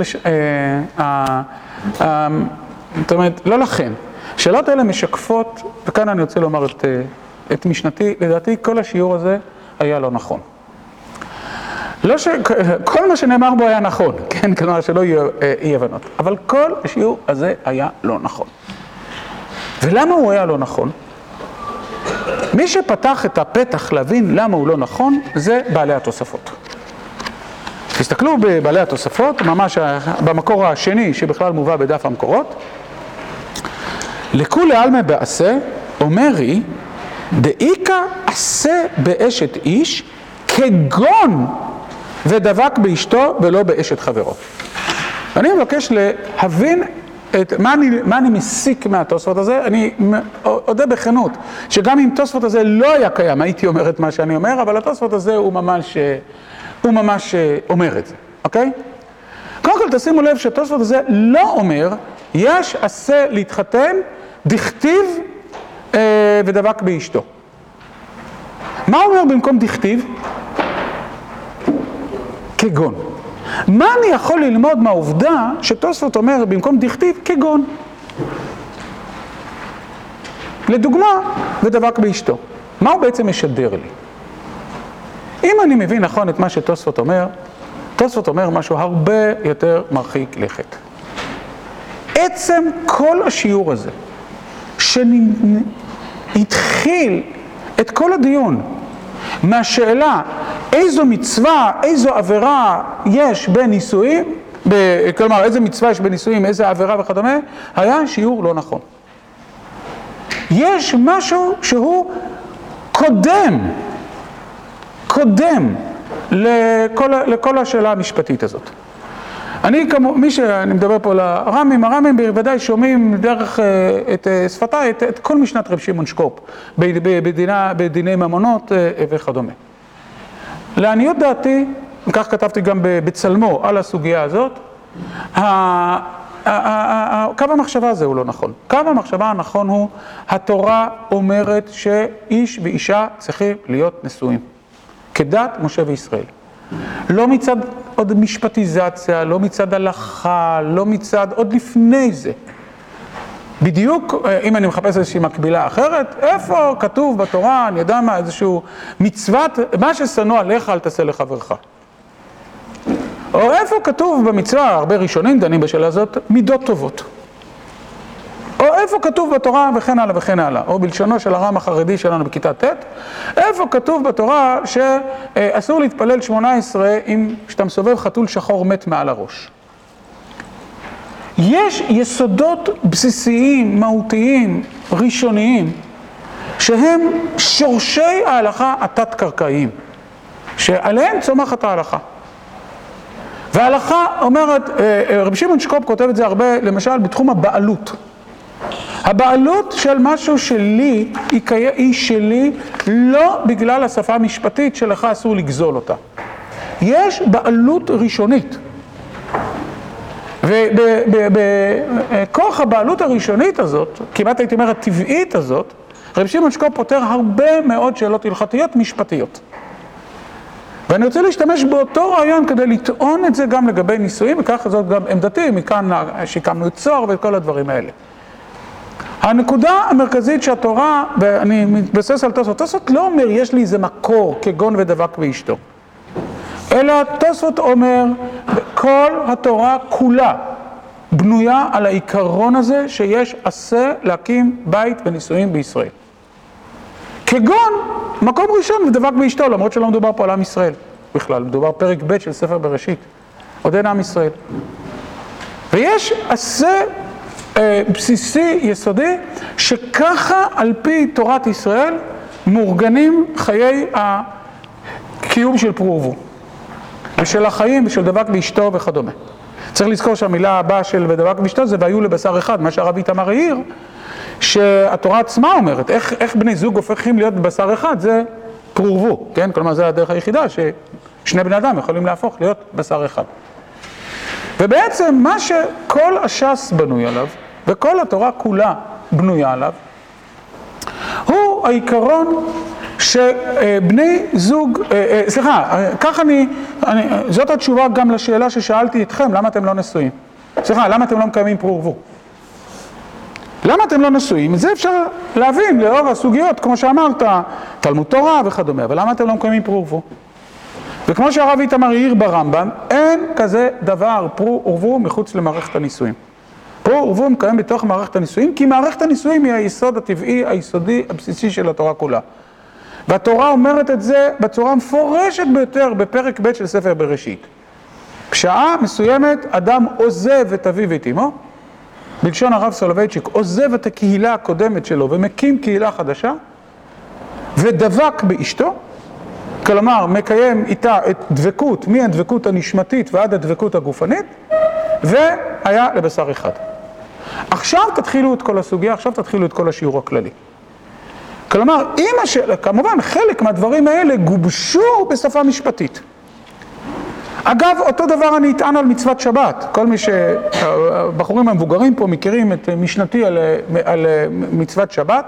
זאת אומרת, לא לכן. שאלות האלה משקפות, וכאן אני רוצה לומר את משנתי, לדעתי כל השיעור הזה היה לא נכון. לא כל מה שנאמר בו היה נכון, כן, כלומר שלא יהיו אי הבנות, אבל כל השיעור הזה היה לא נכון. ולמה הוא היה לא נכון? מי שפתח את הפתח להבין למה הוא לא נכון, זה בעלי התוספות. תסתכלו בבעלי התוספות, ממש במקור השני שבכלל מובא בדף המקורות, לכולי עלמא בעשה, אומרי, דאיקה עשה באשת איש, כגון ודבק באשתו ולא באשת חברו. אני מבקש להבין מה אני מסיק מהתוספות הזה. אני עודה בכנות, שגם אם תוספות הזה לא היה קיים, הייתי אומר את מה שאני אומר, אבל התוספות הזה הוא ממש אומר את זה, אוקיי? קודם כל תשימו לב שהתוספות הזה לא אומר, יש עשה להתחתן, דכתיב ודבק באשתו. מה אומר במקום דכתיב? כגון. מה אני יכול ללמוד מהעובדה שתוספות אומר במקום דכתיב? כגון. לדוגמה, ודבק באשתו. מה הוא בעצם משדר לי? אם אני מבין נכון את מה שתוספות אומר, תוספות אומר משהו הרבה יותר מרחיק לכת. עצם כל השיעור הזה, שהתחיל את כל הדיון מהשאלה איזו מצווה, איזו עבירה יש בנישואים, כלומר איזה מצווה יש בנישואים, איזה עבירה וכדומה, היה שיעור לא נכון. יש משהו שהוא קודם לכל השאלה המשפטית הזאת. אני מדבר פה לרמים, הרמים בוודאי שומעים דרך את שפתיי, את כל משנת רב שמעון שקופ, בדיני ממונות וכדומה. לעניות דעתי, כך כתבתי גם בצלמו על הסוגיה הזאת, קו המחשבה הזה הוא לא נכון. קו המחשבה הנכון הוא, התורה אומרת שאיש ואישה צריכים להיות נשואים, כדת משה וישראל. לא מצד עוד משפטיזציה, לא מצד הלכה, לא מצד עוד לפני זה. בדיוק, אם אני מחפש איזושהי מקבילה אחרת, איפה כתוב בתורה, אני יודע מה, איזשהו מצוות, מה ששנוא עליך אל תעשה לחברך. או איפה כתוב במצווה, הרבה ראשונים דנים בשאלה הזאת, מידות טובות. או איפה כתוב בתורה וכן הלאה וכן הלאה, או בלשונו של הרם החרדי שלנו בכיתה ט', איפה כתוב בתורה שאסור להתפלל 18 אם שאתה מסובב חתול שחור מת מעל הראש. יש יסודות בסיסיים, מהותיים, ראשוניים, שהם שורשי ההלכה התת-קרקעיים, שעליהם צומחת ההלכה. וההלכה אומרת, רבי שמעון שקופ כותב את זה הרבה, למשל בתחום הבעלות. הבעלות של משהו שלי היא שלי לא בגלל השפה המשפטית שלך אסור לגזול אותה. יש בעלות ראשונית. ובכוח הבעלות הראשונית הזאת, כמעט הייתי אומר הטבעית הזאת, רבי שמעון שקופ פותר הרבה מאוד שאלות הלכתיות משפטיות. ואני רוצה להשתמש באותו רעיון כדי לטעון את זה גם לגבי נישואים, וכך זאת גם עמדתי, מכאן שיקמנו את צוהר ואת כל הדברים האלה. הנקודה המרכזית שהתורה, ואני מתבסס על תוספות, תוספות לא אומר יש לי איזה מקור כגון ודבק באשתו, אלא תוספות אומר כל התורה כולה בנויה על העיקרון הזה שיש עשה להקים בית ונישואים בישראל. כגון מקום ראשון ודבק באשתו, למרות שלא מדובר פה על עם ישראל בכלל, מדובר פרק ב' של ספר בראשית, עוד אין עם ישראל. ויש עשה בסיסי, יסודי, שככה על פי תורת ישראל מאורגנים חיי הקיום של פרו ורבו, ושל החיים ושל דבק באשתו וכדומה. צריך לזכור שהמילה הבאה של ודבק באשתו זה והיו לבשר אחד, מה שהרב איתמר העיר, שהתורה עצמה אומרת, איך בני זוג הופכים להיות בשר אחד, זה פרו ורבו, כן? כלומר זה הדרך היחידה ששני בני אדם יכולים להפוך להיות בשר אחד. ובעצם מה שכל הש"ס בנוי עליו, וכל התורה כולה בנויה עליו, הוא העיקרון שבני זוג, כך זאת התשובה גם לשאלה ששאלתי אתכם, למה אתם לא נשואים? למה אתם לא מקיימים פרו ורבו? למה אתם לא נשואים? את זה אפשר להבין לאור הסוגיות, כמו שאמרת, תלמוד תורה וכדומה, אבל למה אתם לא מקיימים פרו ורבו? וכמו שהרב איתמר העיר ברמב"ם, אין כזה דבר פרו ורבו מחוץ למערכת הנישואים. פרו ורבו מקיים בתוך מערכת הנישואים, כי מערכת הנישואים היא היסוד הטבעי, היסודי, הבסיסי של התורה כולה. והתורה אומרת את זה בצורה המפורשת ביותר בפרק ב' של ספר בראשית. בשעה מסוימת אדם עוזב את אביו ואת אמו, בלשון הרב סולובייצ'יק, עוזב את הקהילה הקודמת שלו ומקים קהילה חדשה, ודבק באשתו, כלומר מקיים איתה את דבקות, מהדבקות הנשמתית ועד הדבקות הגופנית, והיה לבשר אחד. עכשיו תתחילו את כל הסוגיה, עכשיו תתחילו את כל השיעור הכללי. כלומר, כמובן חלק מהדברים האלה גובשו בשפה משפטית. אגב, אותו דבר אני אטען על מצוות שבת. כל מי שבחורים המבוגרים פה מכירים את משנתי על מצוות שבת,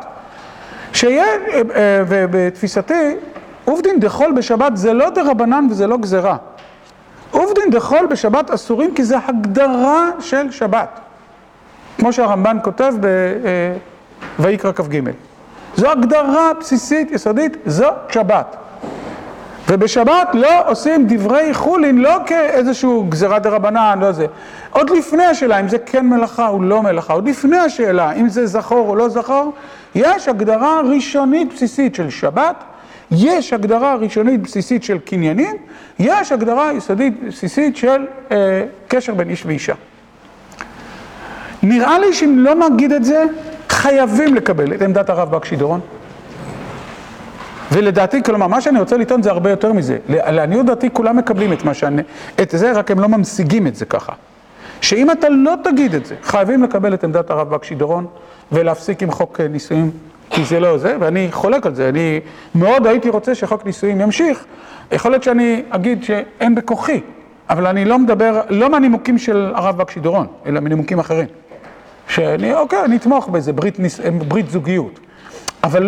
ובתפיסתי, עובדין דחול בשבת זה לא דרבנן וזה לא גזרה. עובדין דחול בשבת אסורים כי זה הגדרה של שבת. כמו שהרמב"ן כותב בויקרא כ"ג. זו הגדרה בסיסית, יסודית, זו שבת. ובשבת לא עושים דברי חולין, לא כאיזשהו גזירת דרבנן, לא זה. עוד לפני השאלה אם זה כן מלאכה או לא מלאכה, עוד לפני השאלה אם זה זכור או לא זכור, יש הגדרה ראשונית בסיסית של שבת, יש הגדרה ראשונית בסיסית של קניינים, יש הגדרה יסודית בסיסית של קשר בין איש ואישה. נראה לי שאם לא נגיד את זה, חייבים לקבל את עמדת הרב בקשי דורון. ולדעתי, כלומר, מה שאני רוצה לטעון זה הרבה יותר מזה. לעניות דעתי כולם מקבלים את זה, רק הם לא ממשיגים את זה ככה. שאם אתה לא תגיד את זה, חייבים לקבל את עמדת הרב בקשי דורון ולהפסיק עם חוק נישואים, כי זה לא זה, ואני חולק על זה. אני מאוד הייתי רוצה שחוק נישואים ימשיך. יכול להיות שאני אגיד שאין בכוחי, אבל אני לא מדבר, לא מהנימוקים של הרב בקשי דורון, אלא מנימוקים אחרים. שאני, אוקיי, אני אתמוך באיזה ברית זוגיות. אבל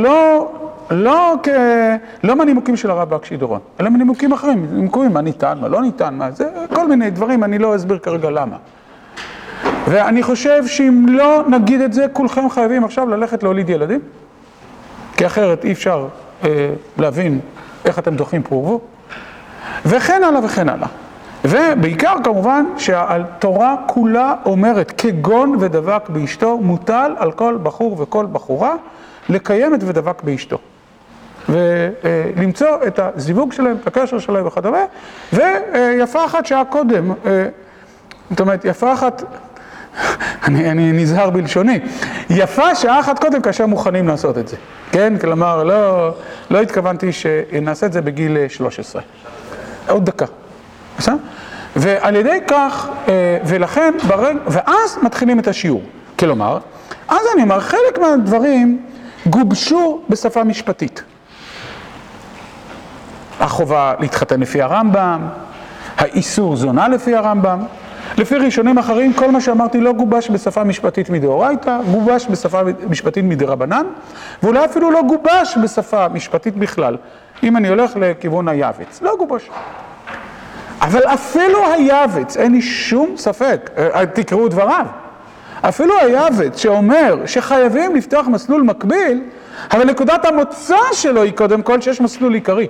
לא מהנימוקים של הרב בקשי דורון, אלא מנימוקים אחרים, נימוקים מה ניתן, מה לא ניתן, מה זה, כל מיני דברים, אני לא אסביר כרגע למה. ואני חושב שאם לא נגיד את זה, כולכם חייבים עכשיו ללכת להוליד ילדים, כי אחרת אי אפשר להבין איך אתם דוחים פרובו, וכן הלאה וכן הלאה. ובעיקר כמובן שהתורה כולה אומרת, כגון ודבק באשתו, מוטל על כל בחור וכל בחורה, לקיים את ודבק באשתו. ולמצוא את הזיווג שלהם, את הקשר שלהם וכדומה, ויפה אחת שעה קודם, זאת אומרת, יפה אחת, אני נזהר בלשוני, יפה שעה אחת קודם כאשר מוכנים לעשות את זה. כן? כלומר, לא התכוונתי שנעשה את זה בגיל 13. עוד דקה. בסדר? ועל ידי כך, ולכן, ואז מתחילים את השיעור. כלומר, אז אני אומר, חלק מהדברים גובשו בשפה משפטית. החובה להתחתן לפי הרמב"ם, האיסור זונה לפי הרמב"ם. לפי ראשונים אחרים, כל מה שאמרתי לא גובש בשפה משפטית מדאורייתא, גובש בשפה משפטית מדרבנן, ואולי אפילו לא גובש בשפה משפטית בכלל. אם אני הולך לכיוון היעבץ, לא גובש. אבל אפילו היעבץ, אין לי שום ספק, תקראו דבריו, אפילו היעבץ שאומר שחייבים לפתוח מסלול מקביל, אבל נקודת המוצא שלו היא קודם כל שיש מסלול עיקרי.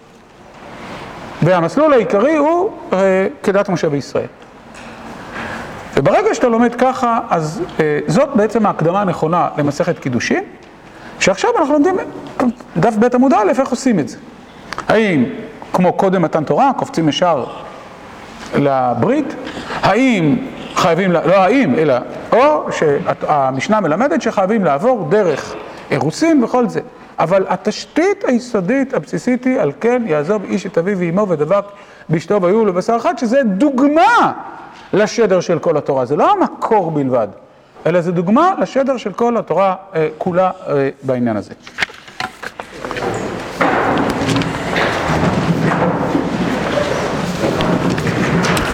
והמסלול העיקרי הוא כדת משה בישראל. וברגע שאתה לומד ככה, אז זאת בעצם ההקדמה הנכונה למסכת קידושין, שעכשיו אנחנו לומדים דף ב' עמוד א', איך עושים את זה. האם כמו קודם מתן תורה, קופצים ישר לברית, האם חייבים, לא האם, אלא, או שהמשנה מלמדת שחייבים לעבור דרך אירוסין וכל זה. אבל התשתית היסודית הבסיסית היא, על כן יעזוב איש את אביו ואמו ודבק באשתו ויהיו לו בשר אחד, שזה דוגמה לשדר של כל התורה. זה לא המקור בלבד, אלא זה דוגמה לשדר של כל התורה כולה בעניין הזה.